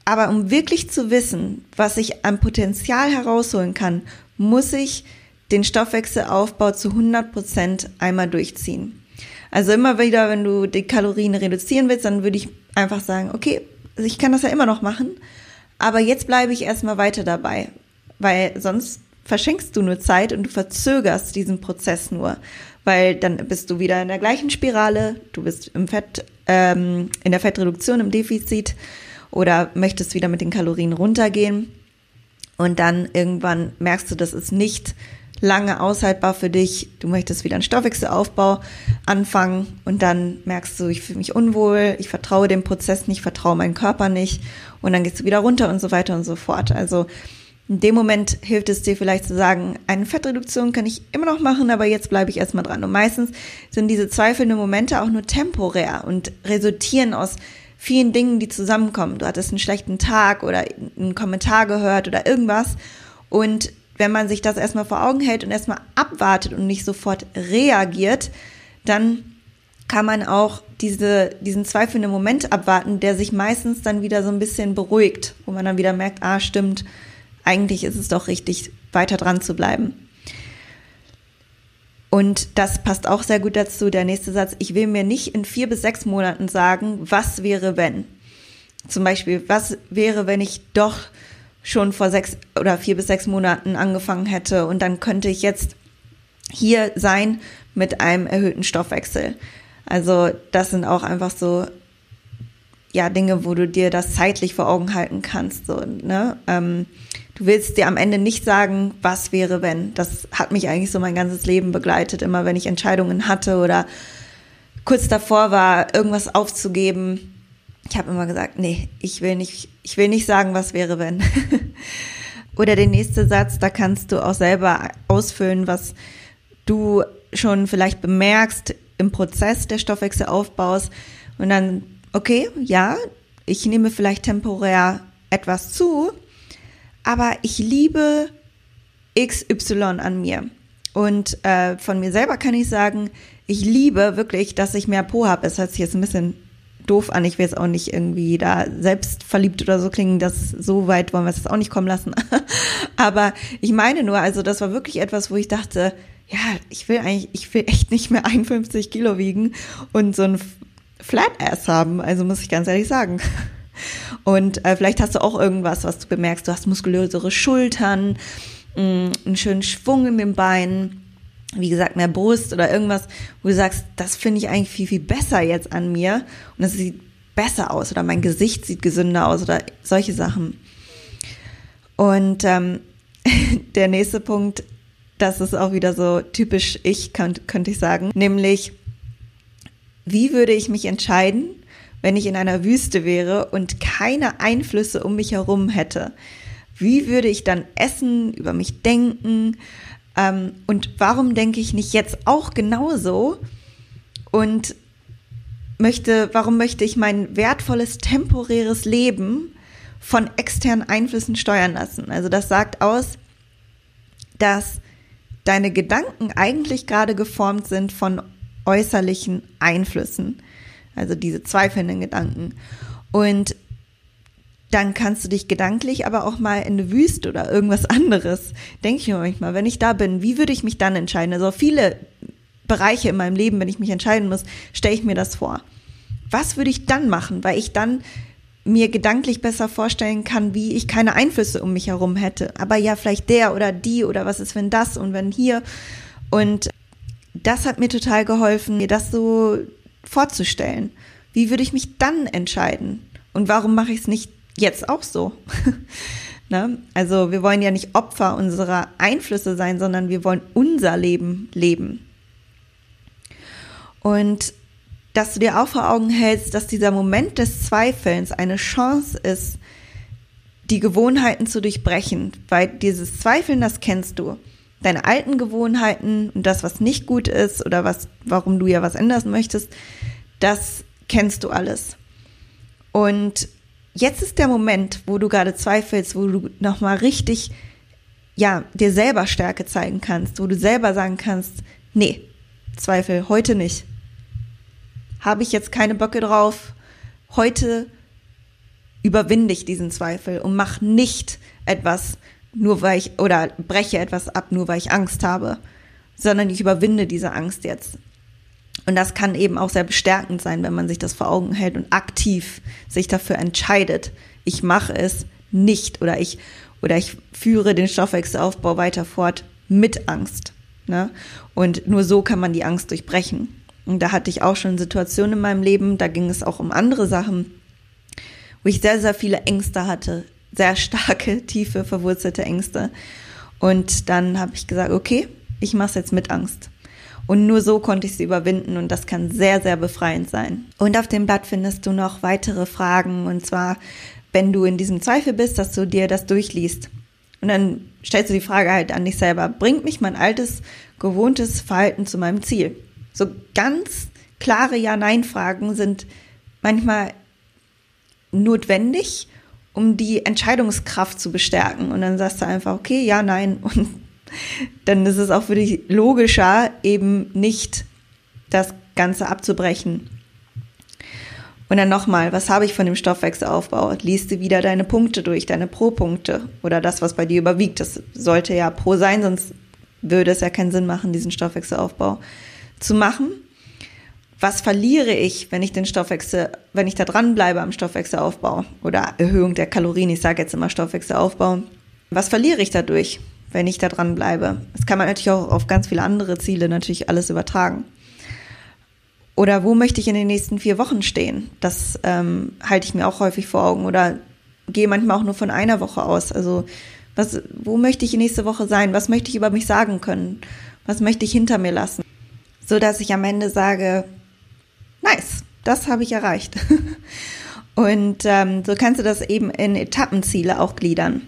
Aber um wirklich zu wissen, was ich an Potenzial herausholen kann, muss ich den Stoffwechselaufbau zu 100% einmal durchziehen. Also immer wieder, wenn du die Kalorien reduzieren willst, dann würde ich einfach sagen, okay, also ich kann das ja immer noch machen, aber jetzt bleibe ich erstmal weiter dabei, weil sonst verschenkst du nur Zeit und du verzögerst diesen Prozess nur, weil dann bist du wieder in der gleichen Spirale, du bist im in der Fettreduktion, im Defizit oder möchtest wieder mit den Kalorien runtergehen und dann irgendwann merkst du, das ist nicht lange aushaltbar für dich, du möchtest wieder einen Stoffwechselaufbau anfangen und dann merkst du, ich fühle mich unwohl, ich vertraue dem Prozess nicht, vertraue meinem Körper nicht und dann gehst du wieder runter und so weiter und so fort. Also in dem Moment hilft es dir vielleicht zu sagen, eine Fettreduktion kann ich immer noch machen, aber jetzt bleibe ich erstmal dran. Und meistens sind diese zweifelnden Momente auch nur temporär und resultieren aus vielen Dingen, die zusammenkommen. Du hattest einen schlechten Tag oder einen Kommentar gehört oder irgendwas und wenn man sich das erstmal vor Augen hält und erstmal abwartet und nicht sofort reagiert, dann kann man auch diesen zweifelnden Moment abwarten, der sich meistens dann wieder so ein bisschen beruhigt, wo man dann wieder merkt, stimmt, eigentlich ist es doch richtig, weiter dran zu bleiben. Und das passt auch sehr gut dazu, der nächste Satz, ich will mir nicht in 4 bis 6 Monaten sagen, was wäre wenn? Zum Beispiel, was wäre, wenn ich doch schon vor 4 bis 6 Monaten angefangen hätte und dann könnte ich jetzt hier sein mit einem erhöhten Stoffwechsel. Also das sind auch einfach so Dinge, wo du dir das zeitlich vor Augen halten kannst. So, ne? Du willst dir am Ende nicht sagen, was wäre wenn. Das hat mich eigentlich so mein ganzes Leben begleitet. Immer wenn ich Entscheidungen hatte oder kurz davor war, irgendwas aufzugeben, ich habe immer gesagt, nee, ich will nicht sagen, was wäre, wenn. Oder der nächste Satz, da kannst du auch selber ausfüllen, was du schon vielleicht bemerkst im Prozess des Stoffwechselaufbaus. Und dann, okay, ja, ich nehme vielleicht temporär etwas zu, aber ich liebe XY an mir. Und von mir selber kann ich sagen, ich liebe wirklich, dass ich mehr Po habe. Es hört sich jetzt ein bisschen doof an, ich will jetzt auch nicht irgendwie da selbst verliebt oder so klingen, das so weit wollen wir es auch nicht kommen lassen. Aber ich meine nur, also das war wirklich etwas, wo ich dachte, ja, ich will echt nicht mehr 51 Kilo wiegen und so ein Flat Ass haben, also muss ich ganz ehrlich sagen. Und vielleicht hast du auch irgendwas, was du bemerkst, du hast muskulösere Schultern, einen schönen Schwung in den Beinen, wie gesagt, mehr Brust oder irgendwas, wo du sagst, das finde ich eigentlich viel, viel besser jetzt an mir und das sieht besser aus oder mein Gesicht sieht gesünder aus oder solche Sachen. Und der nächste Punkt, das ist auch wieder so typisch könnte ich sagen, nämlich, wie würde ich mich entscheiden, wenn ich in einer Wüste wäre und keine Einflüsse um mich herum hätte? Wie würde ich dann essen, über mich denken? Und warum denke ich nicht jetzt auch genauso? Und warum möchte ich mein wertvolles, temporäres Leben von externen Einflüssen steuern lassen? Also das sagt aus, dass deine Gedanken eigentlich gerade geformt sind von äußerlichen Einflüssen. Also diese zweifelnden Gedanken. Und dann kannst du dich gedanklich aber auch mal in eine Wüste oder irgendwas anderes, denke ich mir manchmal, wenn ich da bin, wie würde ich mich dann entscheiden? Also viele Bereiche in meinem Leben, wenn ich mich entscheiden muss, stelle ich mir das vor. Was würde ich dann machen? Weil ich dann mir gedanklich besser vorstellen kann, wie ich keine Einflüsse um mich herum hätte. Aber ja, vielleicht der oder die oder was ist, wenn das und wenn hier. Und das hat mir total geholfen, mir das so vorzustellen. Wie würde ich mich dann entscheiden? Und warum mache ich es nicht jetzt auch so? Ne? Also wir wollen ja nicht Opfer unserer Einflüsse sein, sondern wir wollen unser Leben leben. Und dass du dir auch vor Augen hältst, dass dieser Moment des Zweifelns eine Chance ist, die Gewohnheiten zu durchbrechen. Weil dieses Zweifeln, das kennst du. Deine alten Gewohnheiten und das, was nicht gut ist oder warum du ja was ändern möchtest, das kennst du alles. Und jetzt ist der Moment, wo du gerade zweifelst, wo du nochmal richtig, dir selber Stärke zeigen kannst, wo du selber sagen kannst, nee, Zweifel, heute nicht. Habe ich jetzt keine Böcke drauf, heute überwinde ich diesen Zweifel und mache nicht etwas, oder breche etwas ab, nur weil ich Angst habe, sondern ich überwinde diese Angst jetzt. Und das kann eben auch sehr bestärkend sein, wenn man sich das vor Augen hält und aktiv sich dafür entscheidet, ich mache es nicht oder ich führe den Stoffwechselaufbau weiter fort mit Angst. Ne? Und nur so kann man die Angst durchbrechen. Und da hatte ich auch schon Situationen in meinem Leben, da ging es auch um andere Sachen, wo ich sehr, sehr viele Ängste hatte, sehr starke, tiefe, verwurzelte Ängste. Und dann habe ich gesagt, okay, ich mache es jetzt mit Angst. Und nur so konnte ich sie überwinden und das kann sehr, sehr befreiend sein. Und auf dem Blatt findest du noch weitere Fragen und zwar, wenn du in diesem Zweifel bist, dass du dir das durchliest. Und dann stellst du die Frage halt an dich selber, bringt mich mein altes, gewohntes Verhalten zu meinem Ziel? So ganz klare Ja-Nein-Fragen sind manchmal notwendig, um die Entscheidungskraft zu bestärken. Und dann sagst du einfach, okay, ja, nein. Und dann ist es auch für dich logischer, eben nicht das Ganze abzubrechen. Und dann nochmal, was habe ich von dem Stoffwechselaufbau? Liest du wieder deine Punkte durch, deine Pro-Punkte oder das, was bei dir überwiegt. Das sollte ja Pro sein, sonst würde es ja keinen Sinn machen, diesen Stoffwechselaufbau zu machen. Was verliere ich, wenn ich da dranbleibe am Stoffwechselaufbau oder Erhöhung der Kalorien? Ich sage jetzt immer Stoffwechselaufbau. Was verliere ich dadurch, wenn ich da dranbleibe? Das kann man natürlich auch auf ganz viele andere Ziele natürlich alles übertragen. Oder wo möchte ich in den nächsten 4 Wochen stehen? Das halte ich mir auch häufig vor Augen oder gehe manchmal auch nur von einer Woche aus. Also wo möchte ich nächste Woche sein? Was möchte ich über mich sagen können? Was möchte ich hinter mir lassen? So dass ich am Ende sage, nice, das habe ich erreicht. Und so kannst du das eben in Etappenziele auch gliedern.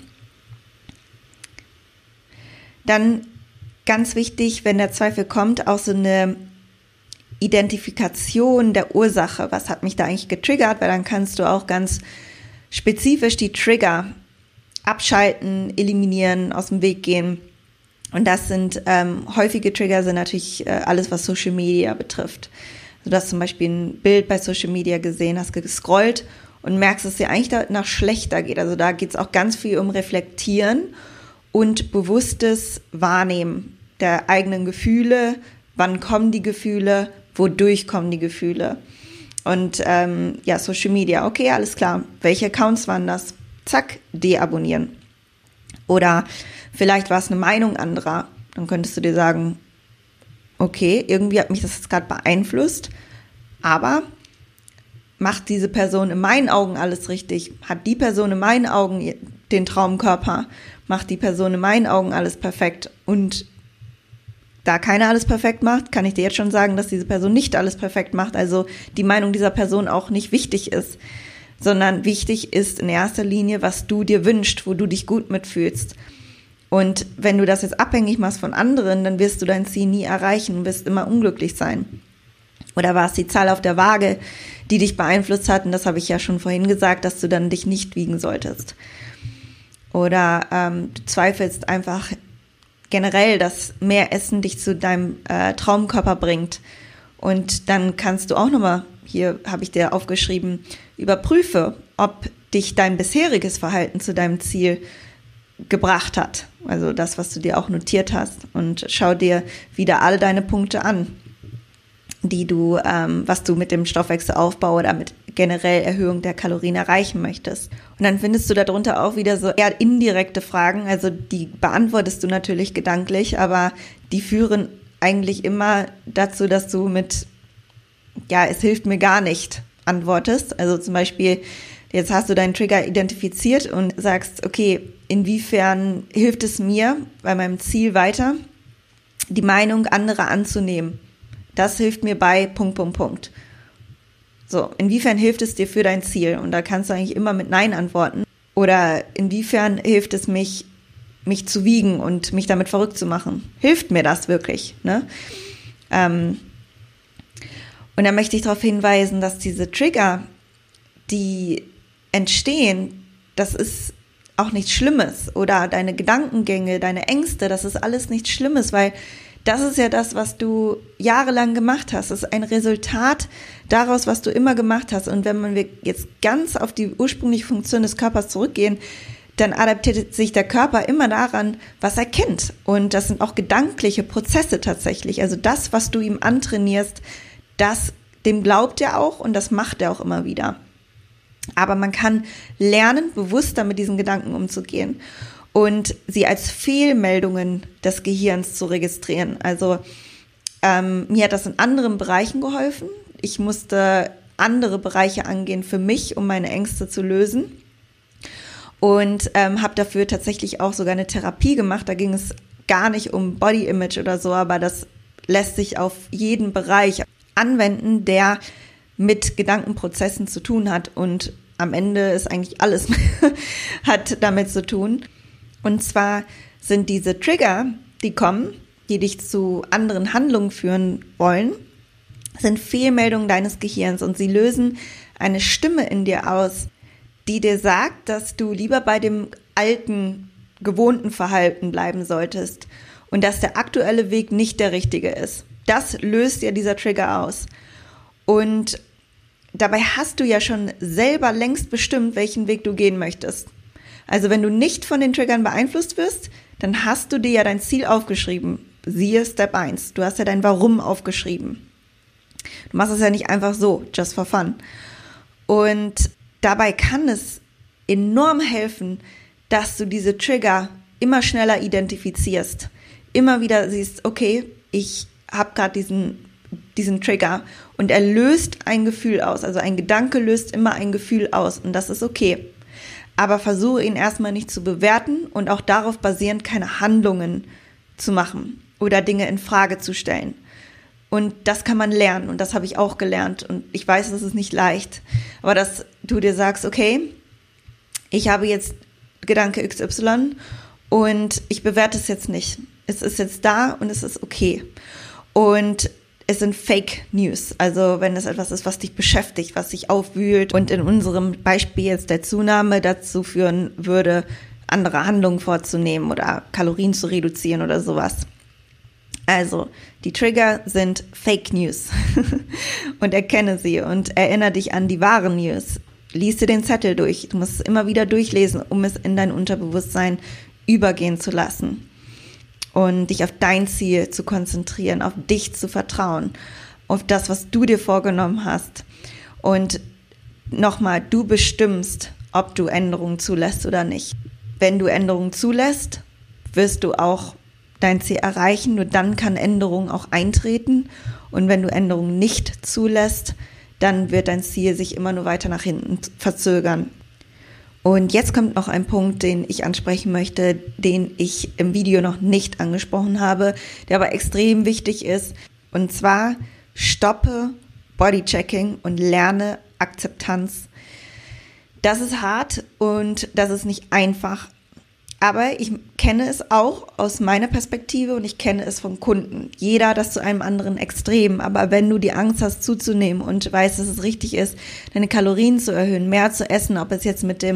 Dann ganz wichtig, wenn der Zweifel kommt, auch so eine Identifikation der Ursache. Was hat mich da eigentlich getriggert? Weil dann kannst du auch ganz spezifisch die Trigger abschalten, eliminieren, aus dem Weg gehen. Und das sind häufige Trigger sind natürlich alles, was Social Media betrifft. Also du hast zum Beispiel ein Bild bei Social Media gesehen, hast gescrollt und merkst, dass es dir eigentlich danach schlechter geht. Also da geht es auch ganz viel um Reflektieren und bewusstes Wahrnehmen der eigenen Gefühle. Wann kommen die Gefühle? Wodurch kommen die Gefühle? Und Social Media, okay, alles klar. Welche Accounts waren das? Zack, deabonnieren. Oder vielleicht war es eine Meinung anderer. Dann könntest du dir sagen, okay, irgendwie hat mich das jetzt gerade beeinflusst, aber macht diese Person in meinen Augen alles richtig? Hat die Person in meinen Augen den Traumkörper? Macht die Person in meinen Augen alles perfekt? Und da keiner alles perfekt macht, kann ich dir jetzt schon sagen, dass diese Person nicht alles perfekt macht. Also die Meinung dieser Person auch nicht wichtig ist, sondern wichtig ist in erster Linie, was du dir wünschst, wo du dich gut mitfühlst. Und wenn du das jetzt abhängig machst von anderen, dann wirst du dein Ziel nie erreichen und wirst immer unglücklich sein. Oder war es die Zahl auf der Waage, die dich beeinflusst hat? Und das habe ich ja schon vorhin gesagt, dass du dann dich nicht wiegen solltest. Oder du zweifelst einfach generell, dass mehr Essen dich zu deinem Traumkörper bringt. Und dann kannst du auch nochmal, hier habe ich dir aufgeschrieben, überprüfe, ob dich dein bisheriges Verhalten zu deinem Ziel gebracht hat. Also das, was du dir auch notiert hast. Und schau dir wieder alle deine Punkte an, die du, was du mit dem Stoffwechselaufbau oder mit generell Erhöhung der Kalorien erreichen möchtest. Und dann findest du darunter auch wieder so eher indirekte Fragen. Also die beantwortest du natürlich gedanklich, aber die führen eigentlich immer dazu, dass du mit, es hilft mir gar nicht antwortest. Also zum Beispiel, jetzt hast du deinen Trigger identifiziert und sagst, okay, inwiefern hilft es mir bei meinem Ziel weiter, die Meinung anderer anzunehmen? Das hilft mir bei ... So, inwiefern hilft es dir für dein Ziel? Und da kannst du eigentlich immer mit Nein antworten. Oder inwiefern hilft es mich zu wiegen und mich damit verrückt zu machen? Hilft mir das wirklich? Ne? Und da möchte ich darauf hinweisen, dass diese Trigger, die entstehen, das ist auch nichts Schlimmes. Oder deine Gedankengänge, deine Ängste, das ist alles nichts Schlimmes, weil das ist ja das, was du jahrelang gemacht hast. Das ist ein Resultat daraus, was du immer gemacht hast. Und wenn wir jetzt ganz auf die ursprüngliche Funktion des Körpers zurückgehen, dann adaptiert sich der Körper immer daran, was er kennt. Und das sind auch gedankliche Prozesse tatsächlich. Also das, was du ihm antrainierst, dem glaubt er auch und das macht er auch immer wieder. Aber man kann lernen, bewusster mit diesen Gedanken umzugehen und sie als Fehlmeldungen des Gehirns zu registrieren. Also mir hat das in anderen Bereichen geholfen. Ich musste andere Bereiche angehen für mich, um meine Ängste zu lösen. Und habe dafür tatsächlich auch sogar eine Therapie gemacht. Da ging es gar nicht um Body Image oder so, aber das lässt sich auf jeden Bereich anwenden, der mit Gedankenprozessen zu tun hat. Und am Ende ist eigentlich alles hat damit zu tun. Und zwar sind diese Trigger, die kommen, die dich zu anderen Handlungen führen wollen, sind Fehlmeldungen deines Gehirns und sie lösen eine Stimme in dir aus, die dir sagt, dass du lieber bei dem alten, gewohnten Verhalten bleiben solltest und dass der aktuelle Weg nicht der richtige ist. Das löst dir dieser Trigger aus. Und dabei hast du ja schon selber längst bestimmt, welchen Weg du gehen möchtest. Also wenn du nicht von den Triggern beeinflusst wirst, dann hast du dir ja dein Ziel aufgeschrieben. Siehe Step 1. Du hast ja dein Warum aufgeschrieben. Du machst es ja nicht einfach so, just for fun. Und dabei kann es enorm helfen, dass du diese Trigger immer schneller identifizierst. Immer wieder siehst, okay, ich habe gerade diesen Trigger und er löst ein Gefühl aus. Also ein Gedanke löst immer ein Gefühl aus und das ist okay. Aber versuche ihn erstmal nicht zu bewerten und auch darauf basierend keine Handlungen zu machen oder Dinge in Frage zu stellen. Und das kann man lernen und das habe ich auch gelernt und ich weiß, es ist nicht leicht, aber dass du dir sagst, okay, ich habe jetzt Gedanke XY und ich bewerte es jetzt nicht. Es ist jetzt da und es ist okay. Und es sind Fake News, also wenn es etwas ist, was dich beschäftigt, was dich aufwühlt und in unserem Beispiel jetzt der Zunahme dazu führen würde, andere Handlungen vorzunehmen oder Kalorien zu reduzieren oder sowas. Also, die Trigger sind Fake News und erkenne sie und erinnere dich an die wahren News. Lies dir den Zettel durch. Du musst es immer wieder durchlesen, um es in dein Unterbewusstsein übergehen zu lassen und dich auf dein Ziel zu konzentrieren, auf dich zu vertrauen, auf das, was du dir vorgenommen hast. Und nochmal, du bestimmst, ob du Änderungen zulässt oder nicht. Wenn du Änderungen zulässt, wirst du auch dein Ziel erreichen, nur dann kann Änderung auch eintreten und wenn du Änderungen nicht zulässt, dann wird dein Ziel sich immer nur weiter nach hinten verzögern. Und jetzt kommt noch ein Punkt, den ich ansprechen möchte, den ich im Video noch nicht angesprochen habe, der aber extrem wichtig ist, und zwar stoppe Bodychecking und lerne Akzeptanz. Das ist hart und das ist nicht einfach. Aber ich kenne es auch aus meiner Perspektive und ich kenne es von Kunden. Jeder hat das zu einem anderen Extrem. Aber wenn du die Angst hast zuzunehmen und weißt, dass es richtig ist, deine Kalorien zu erhöhen, mehr zu essen, ob es jetzt mit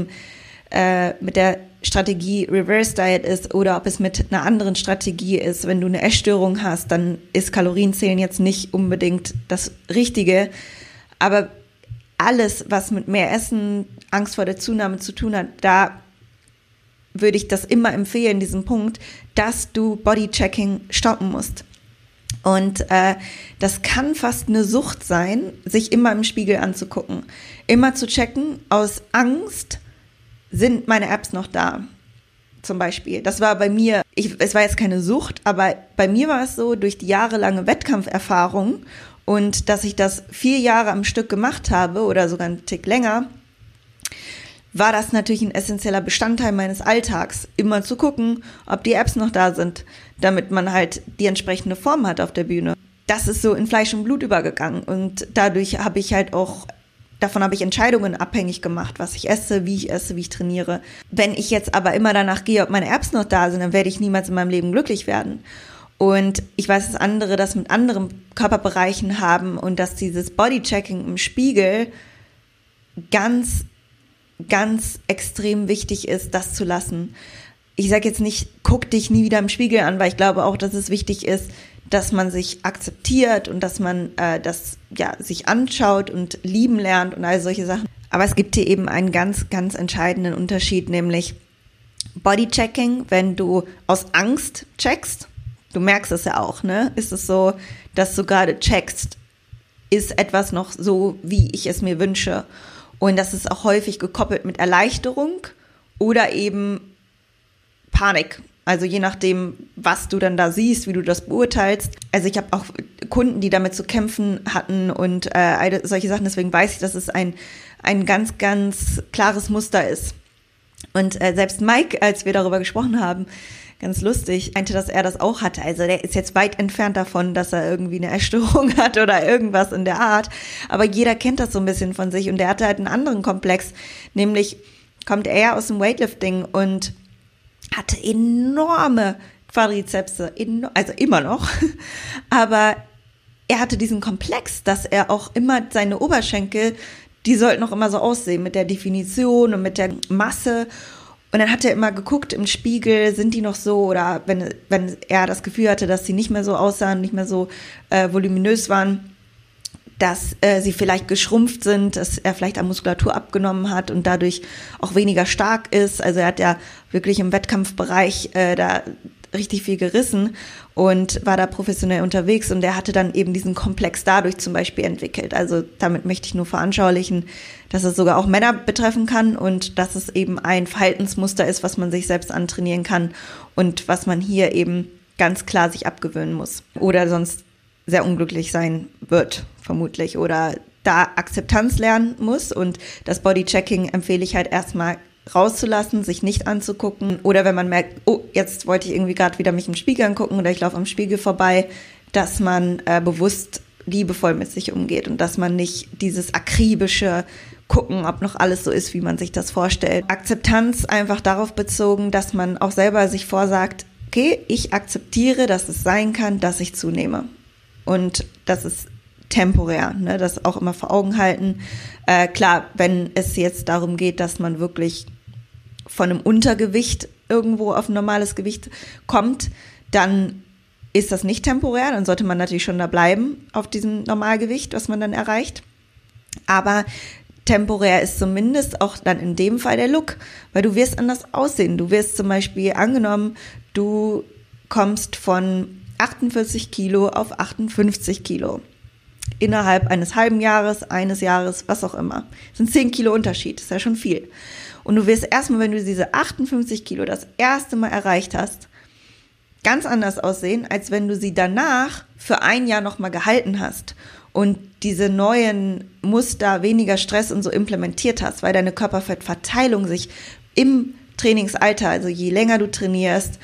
der Strategie Reverse Diet ist oder ob es mit einer anderen Strategie ist. Wenn du eine Essstörung hast, dann ist Kalorienzählen jetzt nicht unbedingt das Richtige. Aber alles, was mit mehr Essen, Angst vor der Zunahme zu tun hat, da würde ich das immer empfehlen, diesen Punkt, dass du Bodychecking stoppen musst. Und das kann fast eine Sucht sein, sich immer im Spiegel anzugucken. Immer zu checken, aus Angst, sind meine Apps noch da? Zum Beispiel. Das war bei mir, es war jetzt keine Sucht, aber bei mir war es so, durch die jahrelange Wettkampferfahrung und dass ich das 4 Jahre am Stück gemacht habe oder sogar einen Tick länger, war das natürlich ein essentieller Bestandteil meines Alltags, immer zu gucken, ob die Apps noch da sind, damit man halt die entsprechende Form hat auf der Bühne. Das ist so in Fleisch und Blut übergegangen und dadurch habe ich halt auch, davon habe ich Entscheidungen abhängig gemacht, was ich esse, wie ich trainiere. Wenn ich jetzt aber immer danach gehe, ob meine Apps noch da sind, dann werde ich niemals in meinem Leben glücklich werden. Und ich weiß, dass andere das mit anderen Körperbereichen haben und dass dieses Bodychecking im Spiegel ganz extrem wichtig ist, das zu lassen. Ich sage jetzt nicht, guck dich nie wieder im Spiegel an, weil ich glaube auch, dass es wichtig ist, dass man sich akzeptiert und dass man das sich anschaut und lieben lernt und all solche Sachen. Aber es gibt hier eben einen ganz, ganz entscheidenden Unterschied, nämlich Bodychecking, wenn du aus Angst checkst. Du merkst es ja auch, ne? Ist es so, dass du gerade checkst, ist etwas noch so, wie ich es mir wünsche? Und das ist auch häufig gekoppelt mit Erleichterung oder eben Panik. Also je nachdem, was du dann da siehst, wie du das beurteilst. Also ich habe auch Kunden, die damit zu kämpfen hatten und solche Sachen. Deswegen weiß ich, dass es ein ganz, ganz klares Muster ist. Und selbst Mike, als wir darüber gesprochen haben, ganz lustig, meinte, dass er das auch hatte. Also der ist jetzt weit entfernt davon, dass er irgendwie eine Essstörung hat oder irgendwas in der Art. Aber jeder kennt das so ein bisschen von sich. Und der hatte halt einen anderen Komplex. Nämlich kommt er aus dem Weightlifting und hatte enorme Quadrizepse, also immer noch. Aber er hatte diesen Komplex, dass er auch immer seine Oberschenkel, die sollten auch immer so aussehen mit der Definition und mit der Masse. Und dann hat er immer geguckt im Spiegel, sind die noch so, oder wenn er das Gefühl hatte, dass sie nicht mehr so aussahen, nicht mehr so voluminös waren, dass sie vielleicht geschrumpft sind, dass er vielleicht an Muskulatur abgenommen hat und dadurch auch weniger stark ist. Also er hat ja wirklich im Wettkampfbereich da richtig viel gerissen und war da professionell unterwegs und er hatte dann eben diesen Komplex dadurch zum Beispiel entwickelt. Also damit möchte ich nur veranschaulichen, dass es sogar auch Männer betreffen kann und dass es eben ein Verhaltensmuster ist, was man sich selbst antrainieren kann und was man hier eben ganz klar sich abgewöhnen muss. Oder sonst sehr unglücklich sein wird, vermutlich, oder da Akzeptanz lernen muss. Und das Bodychecking empfehle ich halt erstmal rauszulassen, sich nicht anzugucken. Oder wenn man merkt, oh, jetzt wollte ich irgendwie gerade wieder mich im Spiegel angucken oder ich laufe am Spiegel vorbei, dass man bewusst liebevoll mit sich umgeht und dass man nicht dieses akribische Gucken, ob noch alles so ist, wie man sich das vorstellt. Akzeptanz einfach darauf bezogen, dass man auch selber sich vorsagt, okay, ich akzeptiere, dass es sein kann, dass ich zunehme. Und das ist temporär, ne? Das auch immer vor Augen halten. Klar, wenn es jetzt darum geht, dass man wirklich von einem Untergewicht irgendwo auf ein normales Gewicht kommt, dann ist das nicht temporär. Dann sollte man natürlich schon da bleiben auf diesem Normalgewicht, was man dann erreicht. Aber temporär ist zumindest auch dann in dem Fall der Look, weil du wirst anders aussehen. Du wirst zum Beispiel angenommen, du kommst von 48 Kilo auf 58 Kilo. Innerhalb eines halben Jahres, eines Jahres, was auch immer. Das sind 10 Kilo Unterschied, das ist ja schon viel. Und du wirst erstmal, wenn du diese 58 Kilo das erste Mal erreicht hast, ganz anders aussehen, als wenn du sie danach für ein Jahr nochmal gehalten hast und diese neuen Muster, weniger Stress und so implementiert hast, weil deine Körperfettverteilung sich im Trainingsalter, also je länger du trainierst,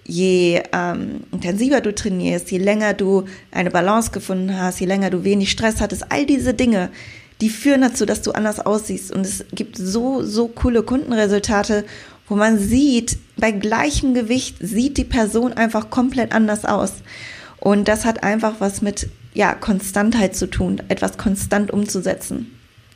je intensiver du trainierst, je länger du eine Balance gefunden hast, je länger du wenig Stress hattest, all diese Dinge, die führen dazu, dass du anders aussiehst. Und es gibt so coole Kundenresultate, wo man sieht, bei gleichem Gewicht sieht die Person einfach komplett anders aus. Und das hat einfach was mit Konstantheit zu tun, etwas konstant umzusetzen.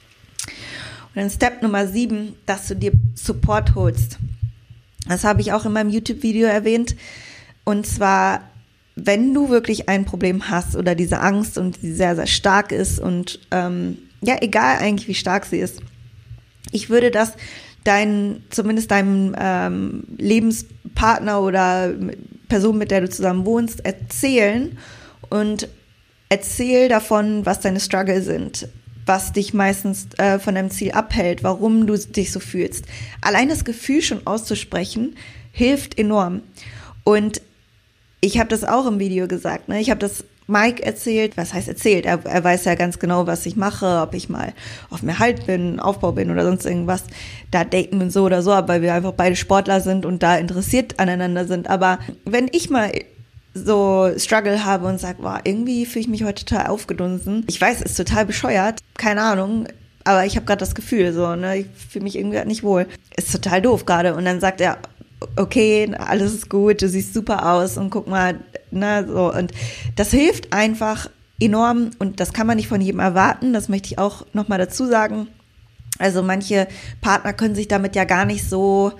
Und dann Step Nummer 7, dass du dir Support holst. Das habe ich auch in meinem YouTube-Video erwähnt. Und zwar, wenn du wirklich ein Problem hast oder diese Angst und die sehr, sehr stark ist und egal eigentlich, wie stark sie ist. Ich würde das zumindest deinem Lebenspartner oder Person, mit der du zusammen wohnst, erzählen und erzähl davon, was deine Struggle sind, was dich meistens von deinem Ziel abhält, warum du dich so fühlst. Allein das Gefühl schon auszusprechen, hilft enorm. Und ich habe das auch im Video gesagt, ne? Ich habe das Mike erzählt. Was heißt erzählt? Er weiß ja ganz genau, was ich mache, ob ich mal auf mehr Halt bin, Aufbau bin oder sonst irgendwas. Da daten wir so oder so, weil wir einfach beide Sportler sind und da interessiert aneinander sind. Aber wenn ich mal so Struggle habe und sage, boah, irgendwie fühle ich mich heute total aufgedunsen. Ich weiß, ist total bescheuert, keine Ahnung, aber ich habe gerade das Gefühl so, ne, ich fühle mich irgendwie nicht wohl. Ist total doof gerade. Und dann sagt er, okay, alles ist gut, du siehst super aus und guck mal, ne, so. Und das hilft einfach enorm und das kann man nicht von jedem erwarten, das möchte ich auch nochmal dazu sagen. Also manche Partner können sich damit ja gar nicht so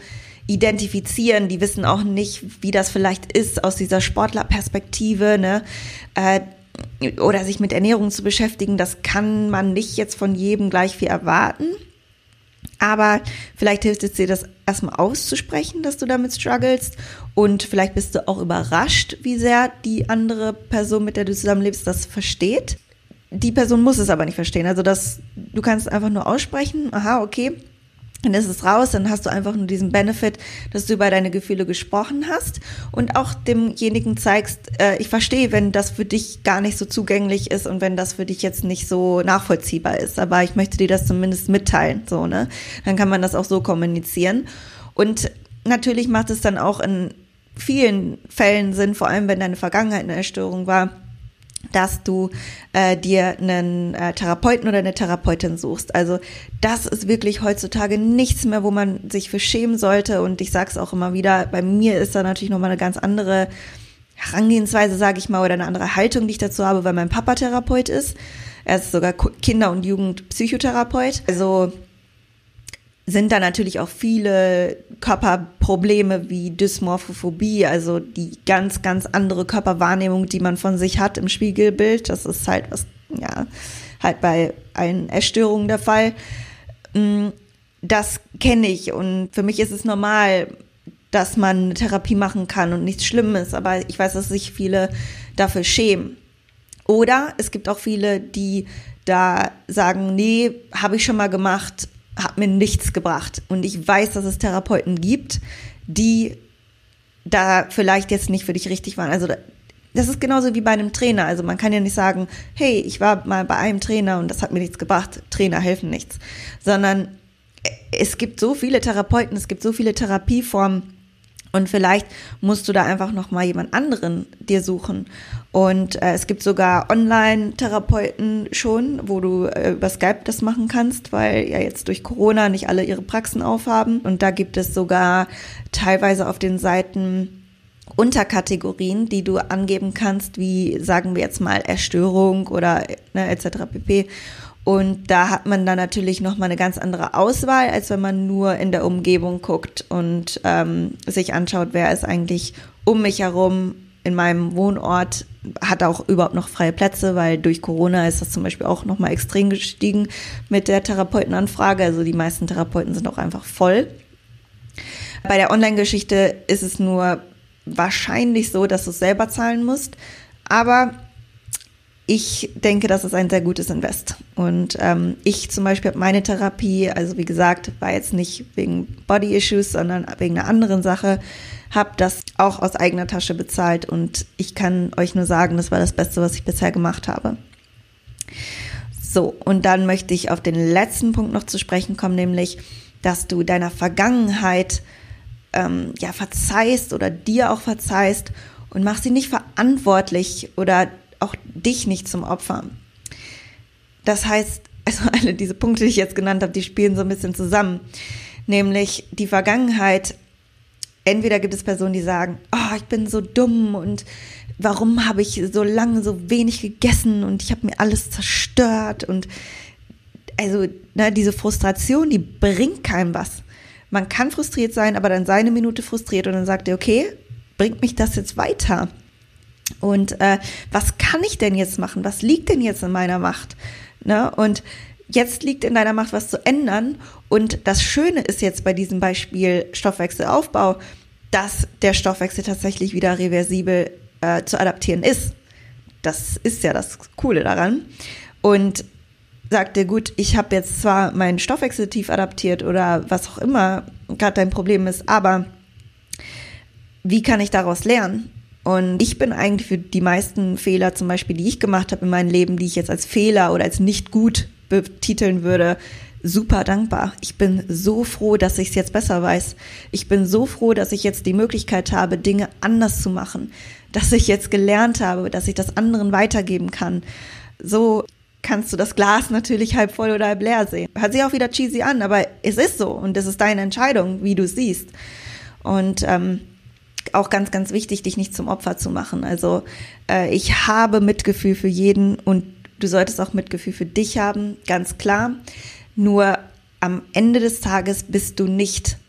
identifizieren, die wissen auch nicht, wie das vielleicht ist aus dieser Sportlerperspektive, ne? Oder sich mit Ernährung zu beschäftigen, das kann man nicht jetzt von jedem gleich viel erwarten. Aber vielleicht hilft es dir, das erstmal auszusprechen, dass du damit strugglest. Und vielleicht bist du auch überrascht, wie sehr die andere Person, mit der du zusammenlebst, das versteht. Die Person muss es aber nicht verstehen. Also du kannst einfach nur aussprechen, aha, okay, dann ist es raus, dann hast du einfach nur diesen Benefit, dass du über deine Gefühle gesprochen hast und auch demjenigen zeigst, ich verstehe, wenn das für dich gar nicht so zugänglich ist und wenn das für dich jetzt nicht so nachvollziehbar ist, aber ich möchte dir das zumindest mitteilen, so, ne? Dann kann man das auch so kommunizieren. Und natürlich macht es dann auch in vielen Fällen Sinn, vor allem wenn deine Vergangenheit eine Essstörung war, dass du dir einen Therapeuten oder eine Therapeutin suchst. Also das ist wirklich heutzutage nichts mehr, wo man sich für schämen sollte. Und ich sage es auch immer wieder, bei mir ist da natürlich nochmal eine ganz andere Herangehensweise, sage ich mal, oder eine andere Haltung, die ich dazu habe, weil mein Papa Therapeut ist. Er ist sogar Kinder- und Jugendpsychotherapeut. Also sind da natürlich auch viele Körperprobleme wie Dysmorphophobie, also die ganz, ganz andere Körperwahrnehmung, die man von sich hat im Spiegelbild. Das ist halt halt bei allen Essstörungen der Fall. Das kenne ich und für mich ist es normal, dass man eine Therapie machen kann und nichts Schlimmes, aber ich weiß, dass sich viele dafür schämen. Oder es gibt auch viele, die da sagen, nee, habe ich schon mal gemacht, hat mir nichts gebracht. Und ich weiß, dass es Therapeuten gibt, die da vielleicht jetzt nicht für dich richtig waren. Also das ist genauso wie bei einem Trainer. Also man kann ja nicht sagen, hey, ich war mal bei einem Trainer und das hat mir nichts gebracht. Trainer helfen nichts. Sondern es gibt so viele Therapeuten, es gibt so viele Therapieformen. Und vielleicht musst du da einfach nochmal jemand anderen dir suchen. Und es gibt sogar Online-Therapeuten schon, wo du über Skype das machen kannst, weil ja jetzt durch Corona nicht alle ihre Praxen aufhaben. Und da gibt es sogar teilweise auf den Seiten Unterkategorien, die du angeben kannst, wie sagen wir jetzt mal Essstörung oder etc. pp. Und da hat man dann natürlich nochmal eine ganz andere Auswahl, als wenn man nur in der Umgebung guckt und sich anschaut, wer ist eigentlich um mich herum in meinem Wohnort, hat auch überhaupt noch freie Plätze, weil durch Corona ist das zum Beispiel auch nochmal extrem gestiegen mit der Therapeutenanfrage. Also die meisten Therapeuten sind auch einfach voll. Bei der Online-Geschichte ist es nur wahrscheinlich so, dass du es selber zahlen musst, aber ich denke, das ist ein sehr gutes Invest. Und ich zum Beispiel habe meine Therapie, also wie gesagt, war jetzt nicht wegen Body-Issues, sondern wegen einer anderen Sache, habe das auch aus eigener Tasche bezahlt. Und ich kann euch nur sagen, das war das Beste, was ich bisher gemacht habe. So, und dann möchte ich auf den letzten Punkt noch zu sprechen kommen, nämlich, dass du deiner Vergangenheit verzeihst oder dir auch verzeihst und mach sie nicht verantwortlich oder auch dich nicht zum Opfer. Das heißt, also alle diese Punkte, die ich jetzt genannt habe, die spielen so ein bisschen zusammen. Nämlich die Vergangenheit. Entweder gibt es Personen, die sagen, oh, ich bin so dumm und warum habe ich so lange so wenig gegessen und ich habe mir alles zerstört und also diese Frustration, die bringt keinem was. Man kann frustriert sein, aber dann sei eine Minute frustriert und dann sagt er, okay, bringt mich das jetzt weiter? Und was kann ich denn jetzt machen? Was liegt denn jetzt in meiner Macht? Ne? Und jetzt liegt in deiner Macht, was zu ändern. Und das Schöne ist jetzt bei diesem Beispiel Stoffwechselaufbau, dass der Stoffwechsel tatsächlich wieder reversibel zu adaptieren ist. Das ist ja das Coole daran. Und sagt dir, gut, ich habe jetzt zwar meinen Stoffwechsel tief adaptiert oder was auch immer gerade dein Problem ist, aber wie kann ich daraus lernen? Und ich bin eigentlich für die meisten Fehler zum Beispiel, die ich gemacht habe in meinem Leben, die ich jetzt als Fehler oder als nicht gut betiteln würde, super dankbar. Ich bin so froh, dass ich es jetzt besser weiß. Ich bin so froh, dass ich jetzt die Möglichkeit habe, Dinge anders zu machen. Dass ich jetzt gelernt habe, dass ich das anderen weitergeben kann. So kannst du das Glas natürlich halb voll oder halb leer sehen. Hört sich auch wieder cheesy an, aber es ist so und es ist deine Entscheidung, wie du es siehst. Und auch ganz, ganz wichtig, dich nicht zum Opfer zu machen. Also ich habe Mitgefühl für jeden und du solltest auch Mitgefühl für dich haben, ganz klar. Nur am Ende des Tages bist du nicht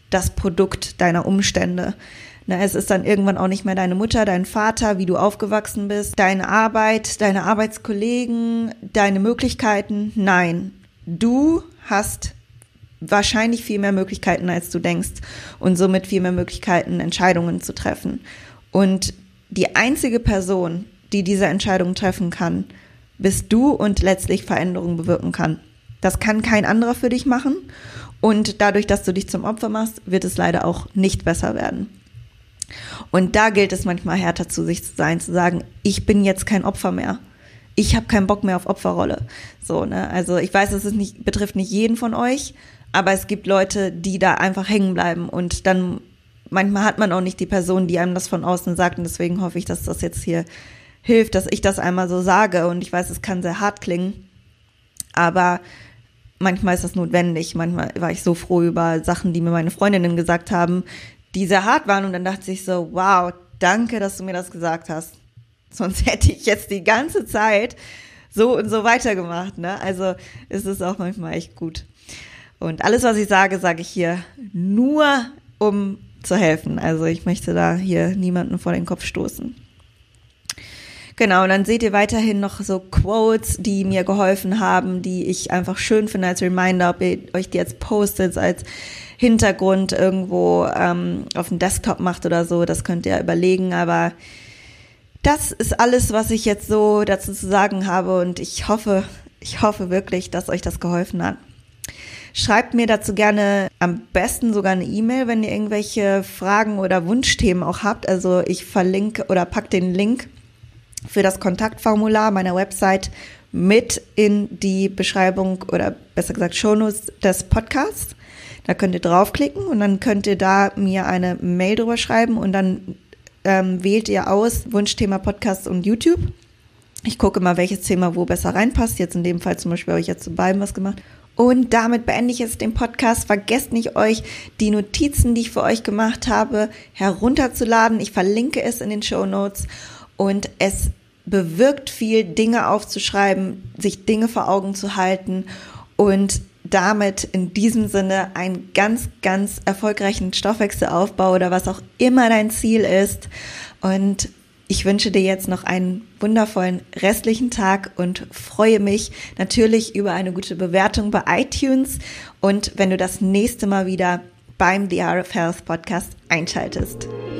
das Produkt deiner Umstände. Na, es ist dann irgendwann auch nicht mehr deine Mutter, dein Vater, wie du aufgewachsen bist, deine Arbeit, deine Arbeitskollegen, deine Möglichkeiten. Nein, du hast wahrscheinlich viel mehr Möglichkeiten, als du denkst und somit viel mehr Möglichkeiten, Entscheidungen zu treffen. Und die einzige Person, die diese Entscheidung treffen kann, bist du und letztlich Veränderungen bewirken kann. Das kann kein anderer für dich machen und dadurch, dass du dich zum Opfer machst, wird es leider auch nicht besser werden. Und da gilt es manchmal härter zu sich zu sein, zu sagen, ich bin jetzt kein Opfer mehr. Ich habe keinen Bock mehr auf Opferrolle. So, ne? Also ich weiß, betrifft nicht jeden von euch, aber es gibt Leute, die da einfach hängen bleiben und dann manchmal hat man auch nicht die Person, die einem das von außen sagt und deswegen hoffe ich, dass das jetzt hier hilft, dass ich das einmal so sage und ich weiß, es kann sehr hart klingen, aber manchmal ist das notwendig. Manchmal war ich so froh über Sachen, die mir meine Freundinnen gesagt haben, die sehr hart waren und dann dachte ich so, wow, danke, dass du mir das gesagt hast. Sonst hätte ich jetzt die ganze Zeit so und so weitergemacht, ne? Also ist es auch manchmal echt gut. Und alles, was ich sage, sage ich hier nur, um zu helfen. Also ich möchte da hier niemanden vor den Kopf stoßen. Genau, und dann seht ihr weiterhin noch so Quotes, die mir geholfen haben, die ich einfach schön finde als Reminder, ob ihr euch die jetzt postet, als Hintergrund irgendwo auf dem Desktop macht oder so, das könnt ihr überlegen, aber das ist alles, was ich jetzt so dazu zu sagen habe und ich hoffe wirklich, dass euch das geholfen hat. Schreibt mir dazu gerne am besten sogar eine E-Mail, wenn ihr irgendwelche Fragen oder Wunschthemen auch habt, also ich verlinke oder packe den Link für das Kontaktformular meiner Website mit in die Beschreibung oder besser gesagt Shownotes des Podcasts. Da könnt ihr draufklicken und dann könnt ihr da mir eine Mail drüber schreiben und dann wählt ihr aus Wunschthema Podcast und YouTube. Ich gucke mal, welches Thema wo besser reinpasst. Jetzt in dem Fall zum Beispiel habe ich jetzt zu beiden was gemacht. Und damit beende ich jetzt den Podcast. Vergesst nicht, euch die Notizen, die ich für euch gemacht habe, herunterzuladen. Ich verlinke es in den Shownotes und es bewirkt viel, Dinge aufzuschreiben, sich Dinge vor Augen zu halten und damit in diesem Sinne einen ganz, ganz erfolgreichen Stoffwechselaufbau oder was auch immer dein Ziel ist. Und ich wünsche dir jetzt noch einen wundervollen restlichen Tag und freue mich natürlich über eine gute Bewertung bei iTunes und wenn du das nächste Mal wieder beim The Art of Health Podcast einschaltest.